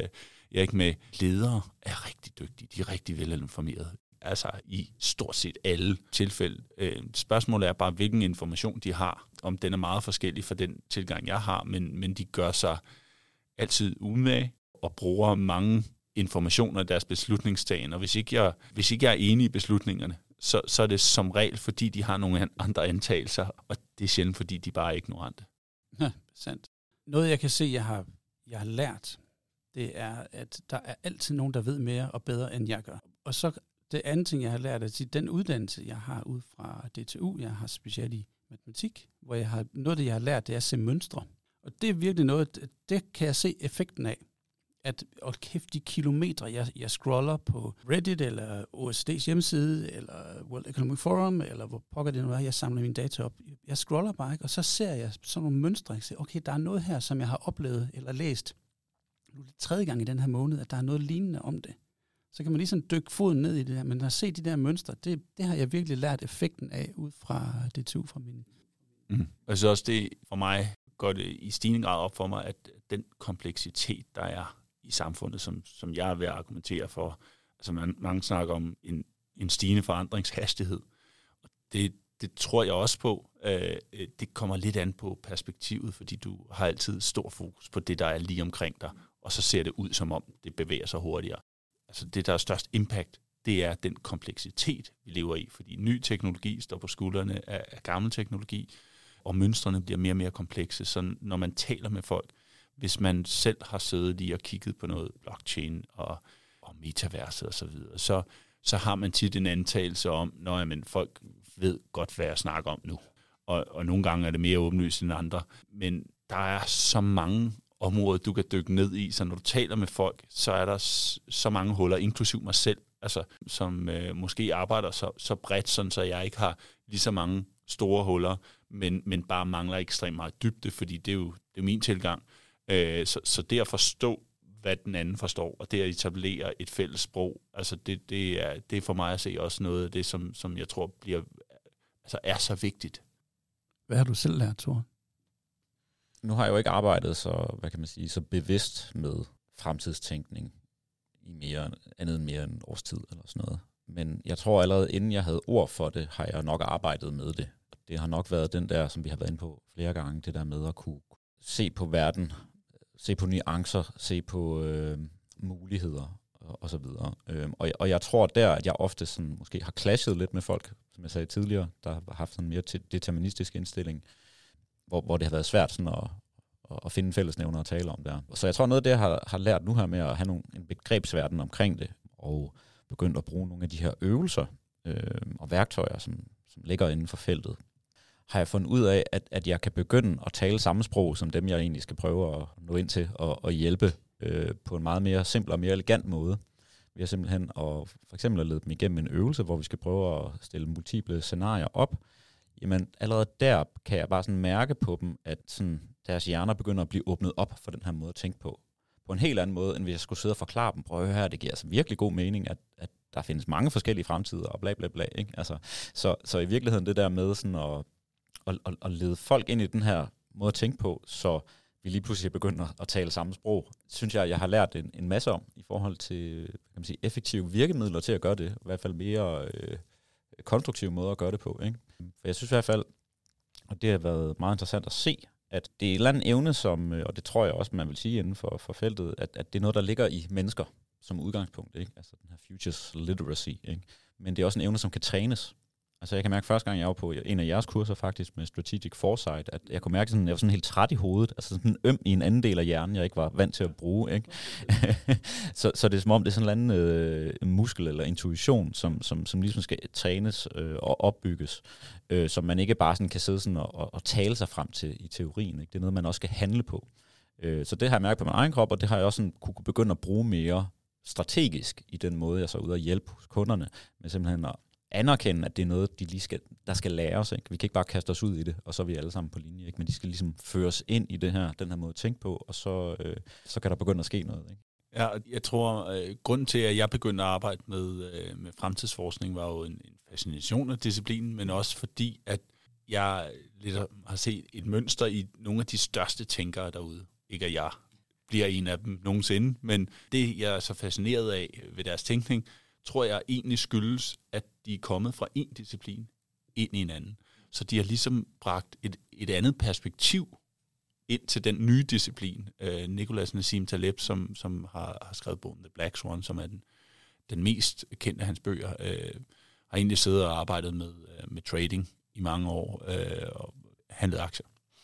S3: Erik, med ledere er rigtig dygtige, de er rigtig velinformerede. Altså i stort set alle tilfælde. Øh, spørgsmålet er bare, hvilken information de har, om den er meget forskellig fra den tilgang, jeg har, men, men de gør sig altid umage og bruger mange informationer i deres beslutningstagen, og hvis ikke jeg, hvis ikke jeg er enig i beslutningerne, så, så er det som regel, fordi de har nogle andre antagelser, og det er sjældent, fordi de bare er ignorante.
S2: Ja, sandt. Noget, jeg kan se, jeg har, jeg har lært, det er, at der er altid nogen, der ved mere og bedre, end jeg gør. Og så det andet ting, jeg har lært, at den uddannelse, jeg har ud fra D T U, jeg har specielt i matematik, hvor jeg har, noget af det, jeg har lært, det er at se mønstre. Og det er virkelig noget, det kan jeg se effekten af. At, og kæft, de kilometer, jeg, jeg scroller på Reddit, eller O E C D's hjemmeside, eller World Economic Forum, eller hvor pokker det nu er, jeg samler mine data op. Jeg scroller bare, ikke? Og så ser jeg sådan nogle mønstre. Jeg siger, okay, der er noget her, som jeg har oplevet eller læst. Nu er det tredje gang i den her måned, at der er noget lignende om det. Så kan man ligesom dykke foden ned i det her. Men at se de der mønstre, det, det har jeg virkelig lært effekten af, ud fra D T U, fra min.
S3: Mm. Jeg synes også, det for mig går det i stigende grad op for mig, at den kompleksitet, der er i samfundet, som, som jeg er ved at argumentere for. Altså man, mange snakker om en, en stigende forandringshastighed. Og det, det tror jeg også på. Øh, det kommer lidt an på perspektivet, fordi du har altid stor fokus på det, der er lige omkring dig, og så ser det ud, som om det bevæger sig hurtigere. Altså det, der er størst impact, det er den kompleksitet, vi lever i, fordi ny teknologi står på skuldrene af, af gammel teknologi, og mønstrene bliver mere og mere komplekse. Så når man taler med folk, hvis man selv har siddet lige og kigget på noget blockchain og, og metaverset og så videre, så, så har man tit en antagelse om, når jamen, folk ved godt, hvad jeg snakker om nu. Og, og nogle gange er det mere åbenlyst end andre. Men der er så mange områder, du kan dykke ned i, så når du taler med folk, så er der så mange huller, inklusiv mig selv, altså, som øh, måske arbejder så, så bredt, sådan, så jeg ikke har lige så mange store huller, men, men bare mangler ekstremt meget dybde, fordi det er jo, det er min tilgang. Så, så det at forstå, hvad den anden forstår, og det at etablere et fælles sprog, altså det, det, er, det er for mig at se også noget af det, som, som jeg tror bliver, altså er så vigtigt.
S2: Hvad har du selv lært, Thor?
S1: Nu har jeg jo ikke arbejdet så, hvad kan man sige, så bevidst med fremtidstænkning i mere, andet end mere end en års tid eller sådan noget. Men jeg tror allerede inden jeg havde ord for det, har jeg nok arbejdet med det. Det har nok været den der, som vi har været inde på flere gange, det der med at kunne se på verden, se på nuancer, se på øh, muligheder og, og så videre. Øhm, og, og jeg tror der, at jeg ofte sådan, måske har clashet lidt med folk, som jeg sagde tidligere, der har haft sådan en mere deterministisk indstilling, hvor, hvor det har været svært sådan at, at finde fællesnævner at tale om der. Så jeg tror noget af det, jeg har, har lært nu her med at have nogle, en begrebsverden omkring det, og begyndt at bruge nogle af de her øvelser øh, og værktøjer, som, som ligger inden for feltet, har jeg fundet ud af, at, at jeg kan begynde at tale samme sprog, som dem, jeg egentlig skal prøve at nå ind til og, og hjælpe øh, på en meget mere simpel og mere elegant måde. Vi har simpelthen at, for eksempel at lede dem igennem en øvelse, hvor vi skal prøve at stille multiple scenarier op. Jamen allerede der kan jeg bare sådan mærke på dem, at sådan, deres hjerner begynder at blive åbnet op for den her måde at tænke på. På en helt anden måde, end hvis jeg skulle sidde og forklare dem. Prøv at høre, det giver altså virkelig god mening, at, at der findes mange forskellige fremtider og bla bla bla. Ikke? Altså, så, så i virkeligheden det der med sådan at Og, og, og lede folk ind i den her måde at tænke på, så vi lige pludselig begynder at tale samme sprog, synes jeg, jeg har lært en, en masse om i forhold til kan man sige, effektive virkemidler til at gøre det. I hvert fald mere øh, konstruktive måder at gøre det på. Ikke? For jeg synes i hvert fald, og det har været meget interessant at se, at det er en eller anden evne, som, og det tror jeg også, man vil sige inden for, for feltet, at, at det er noget, der ligger i mennesker som udgangspunkt. Ikke? Altså den her futures literacy. Ikke? Men det er også en evne, som kan trænes. Altså jeg kan mærke første gang, jeg var på en af jeres kurser faktisk med Strategic Foresight, at jeg kunne mærke, at jeg var sådan helt træt i hovedet, altså sådan øm i en anden del af hjernen, jeg ikke var vant til at bruge. Ikke? så, så det er som om, det er sådan en eller anden øh, muskel eller intuition, som, som, som ligesom skal trænes øh, og opbygges, øh, som man ikke bare sådan kan sidde sådan og, og, og tale sig frem til i teorien. Ikke? Det er noget, man også skal handle på. Øh, så det har jeg mærket på min egen krop, og det har jeg også sådan, kunne begynde at bruge mere strategisk i den måde, jeg så er ude at hjælpe hos kunderne, med simpelthen at anerkende, at det er noget, de lige skal, der skal læres. Ikke? Vi kan ikke bare kaste os ud i det, og så er vi alle sammen på linje. Ikke? Men de skal ligesom føres ind i det her, den her måde at tænke på, og så, øh, så kan der begynde at ske noget. Ikke?
S3: Ja, jeg tror, øh, grunden til, at jeg begyndte at arbejde med, øh, med fremtidsforskning, var jo en, en fascination af disciplinen, men også fordi, at jeg lidt har set et mønster i nogle af de største tænkere derude. Ikke at jeg bliver en af dem nogensinde. Men det, jeg er så fascineret af ved deres tænkning, tror jeg egentlig skyldes, at de er kommet fra en disciplin ind i en anden. Så de har ligesom bragt et, et andet perspektiv ind til den nye disciplin. Øh, Nicolas Nassim Taleb, som, som har, har skrevet bogen The Black Swan, som er den, den mest kendte af hans bøger, øh, har egentlig siddet og arbejdet med, øh, med trading i mange år, øh, og handlet aktier.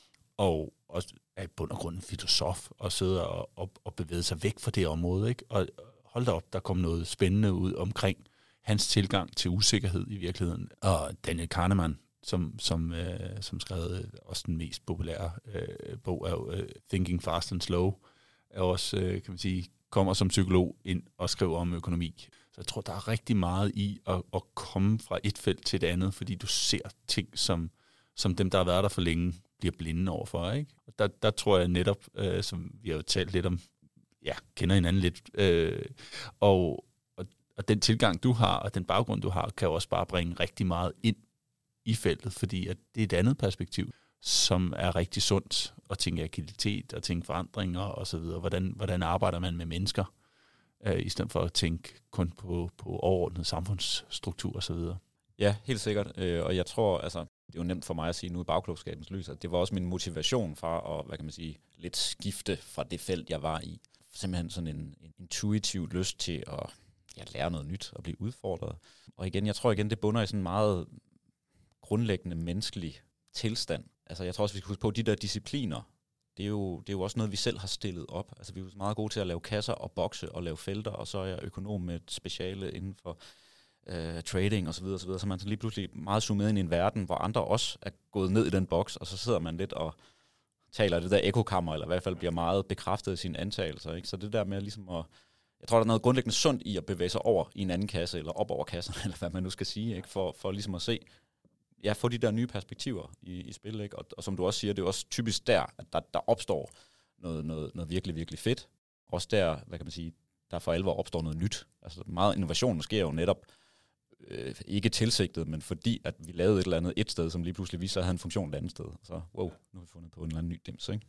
S3: Og også er i bund og grund en filosof, og sidder og, og, og bevæger sig væk fra det område. Ikke? Og hold da op, der kom noget spændende ud omkring hans tilgang til usikkerhed i virkeligheden. Og Daniel Kahneman, som, som, øh, som skrev også den mest populære øh, bog af øh, Thinking Fast and Slow, er også, øh, kan man sige, kommer som psykolog ind og skriver om økonomi. Så jeg tror, der er rigtig meget i at, at komme fra et felt til et andet, fordi du ser ting, som, som dem, der har været der for længe, bliver blinde overfor. Ikke? Og der, der tror jeg netop, øh, som vi har jo talt lidt om, ja, kender hinanden lidt, øh, og, og, og den tilgang, du har, og den baggrund, du har, kan jo også bare bringe rigtig meget ind i feltet, fordi at det er et andet perspektiv, som er rigtig sundt, at tænke agilitet, og tænke forandringer og så videre. Hvordan, hvordan arbejder man med mennesker, øh, i stedet for at tænke kun på, på overordnet samfundsstruktur og så videre.
S1: Ja, helt sikkert. Øh, og jeg tror, altså, det er jo nemt for mig at sige nu i bagklogskabens lys, at det var også min motivation for at, hvad kan man sige, lidt skifte fra det felt, jeg var i. Simpelthen sådan en, en intuitiv lyst til at ja, lære noget nyt og blive udfordret. Og igen, jeg tror igen, det bunder i sådan en meget grundlæggende menneskelig tilstand. Altså jeg tror også, vi skal huske på, at de der discipliner, det er, jo, det er jo også noget, vi selv har stillet op. Altså vi er jo meget gode til at lave kasser og bokse og lave felter, og så er jeg økonom med et speciale inden for øh, trading osv. osv. Så man er lige pludselig meget zoomet ind i en verden, hvor andre også er gået ned i den boks, og så sidder man lidt og taler det der ekokammer, eller i hvert fald bliver meget bekræftet i sine antagelser. Ikke? Så det der med ligesom at, jeg tror, der er noget grundlæggende sundt i at bevæge sig over i en anden kasse, eller op over kassen, eller hvad man nu skal sige, ikke? For, for ligesom at se, ja, få de der nye perspektiver i, i spil, ikke? Og, og som du også siger, det er også typisk der, at der, der opstår noget, noget, noget virkelig, virkelig fedt. Også der, hvad kan man sige, der for alvor opstår noget nyt. Altså meget innovation sker jo netop øh, ikke tilsigtet, men fordi, at vi lavede et eller andet et sted, som lige pludselig viste sig at have en funktion et andet sted. Så wow, nu har vi fundet på en eller anden ny dims, ikke?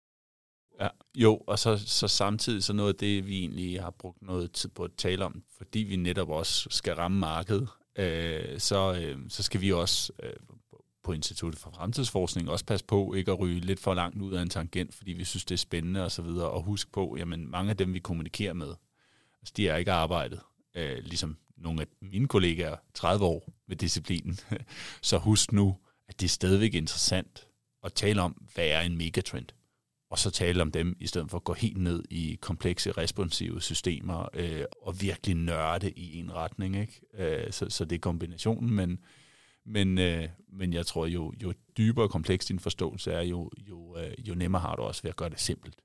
S3: Ja, jo, og så, så samtidig så noget af det, vi egentlig har brugt noget tid på at tale om, fordi vi netop også skal ramme markedet, øh, så, øh, så skal vi også øh, på Instituttet for Fremtidsforskning også passe på ikke at ryge lidt for langt ud af en tangent, fordi vi synes, det er spændende og så videre, og husk på, jamen mange af dem, vi kommunikerer med, altså, de er ikke arbejdet, øh, ligesom nogle af mine kollegaer tredive år med disciplinen. Så husk nu, at det er stadigvæk interessant at tale om, hvad er en megatrend, og så tale om dem, i stedet for at gå helt ned i komplekse, responsive systemer, øh, og virkelig nørde i en retning. Ikke? Øh, så, så det er kombinationen, men, men, øh, men jeg tror, jo, jo dybere og kompleks din forståelse er, jo, jo, øh, jo nemmere har du også ved at gøre det simpelt.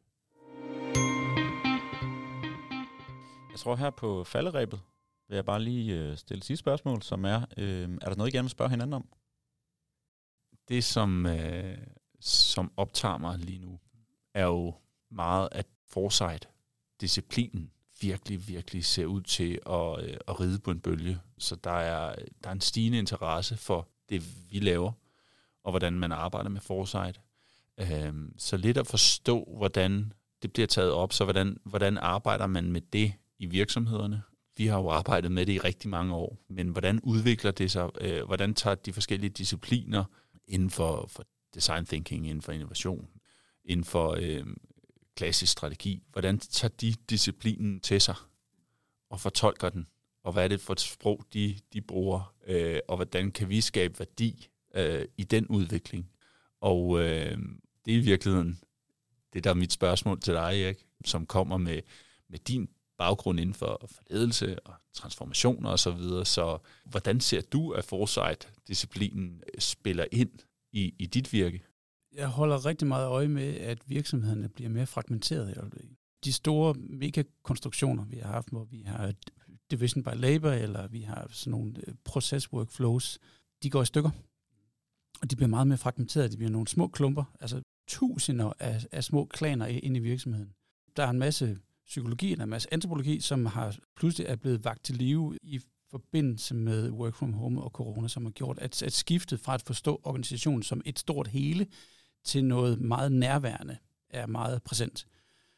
S1: Jeg tror her på falderebet vil jeg bare lige øh, stille sidste spørgsmål, som er, øh, er der noget, I gerne vil spørge hinanden om?
S3: Det, som, øh, som optager mig lige nu, er jo meget, at foresight-disciplinen virkelig, virkelig ser ud til at, øh, at ride på en bølge. Så der er, der er en stigende interesse for det, vi laver, og hvordan man arbejder med foresight. Øh, så lidt at forstå, hvordan det bliver taget op, så hvordan, hvordan arbejder man med det i virksomhederne. Vi har jo arbejdet med det i rigtig mange år, men hvordan udvikler det sig? Øh, hvordan tager de forskellige discipliner inden for, for design thinking, inden for innovation, inden for øh, klassisk strategi, hvordan tager de disciplinen til sig og fortolker den? Og hvad er det for et sprog, de, de bruger? Øh, og hvordan kan vi skabe værdi øh, i den udvikling? Og øh, det er i virkeligheden det, der er mit spørgsmål til dig, Erik, som kommer med, med din baggrund inden for, for ledelse og transformationer og så videre. Så hvordan ser du, at foresight-disciplinen spiller ind i, i dit virke?
S2: Jeg holder rigtig meget øje med, at virksomhederne bliver mere fragmenteret. De store megakonstruktioner, vi har haft, hvor vi har division by labor, eller vi har sådan nogle process workflows, de går i stykker. Og de bliver meget mere fragmenteret. De bliver nogle små klumper, altså tusinder af, af små klaner inde i virksomheden. Der er en masse psykologi, eller en masse antropologi, som har pludselig er blevet vagt til live i forbindelse med work from home og corona, som har gjort, at, at skiftet fra at forstå organisationen som et stort hele til noget meget nærværende er meget præsent.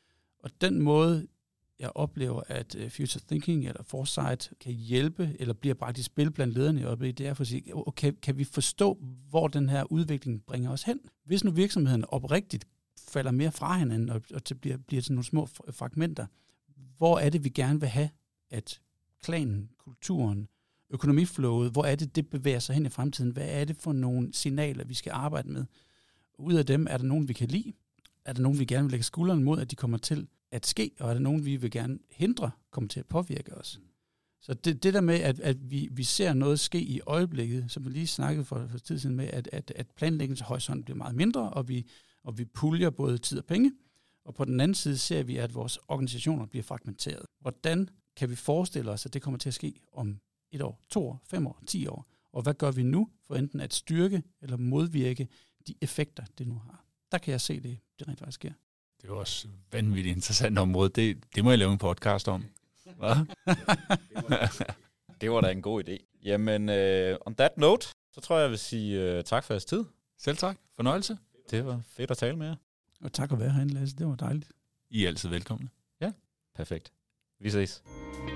S2: Og den måde, jeg oplever, at uh, future thinking eller foresight kan hjælpe, eller bliver bragt i spil blandt lederne i øjeblikket, det er for at sige, okay, kan vi forstå, hvor den her udvikling bringer os hen? Hvis nu virksomheden oprigtigt falder mere fra hinanden, og, og det bliver, bliver sådan nogle små fragmenter, hvor er det, vi gerne vil have, at klanen, kulturen, økonomiflowet, hvor er det, det bevæger sig hen i fremtiden? Hvad er det for nogle signaler, vi skal arbejde med? Ud af dem, er der nogen, vi kan lide? Er der nogen, vi gerne vil lægge skulderen mod, at de kommer til at ske? Og er der nogen, vi vil gerne hindre, kommer til at påvirke os? Så det, det der med, at, at vi, vi ser noget ske i øjeblikket, som vi lige snakkede for, for tid siden med, at, at, at planlægningshorisonten bliver meget mindre, og vi, og vi puljer både tid og penge. Og på den anden side ser vi, at vores organisationer bliver fragmenteret. Hvordan kan vi forestille os, at det kommer til at ske om et år, to år, fem år, ti år? Og hvad gør vi nu for enten at styrke eller modvirke de effekter, det nu har? Der kan jeg se det, det rent faktisk sker.
S3: Det er også et vanvittigt interessant område. Det, det må jeg lave en podcast om. Hvad?
S1: Det var da en god idé. Jamen, uh, on that note, så tror jeg, jeg vil sige uh, tak for jeres tid.
S3: Selv tak. Fornøjelse.
S1: Det var fedt at tale med jer.
S2: Og tak at være herinde, Lasse. Det var dejligt.
S3: I er altid velkomne.
S1: Ja, perfekt. Vi ses.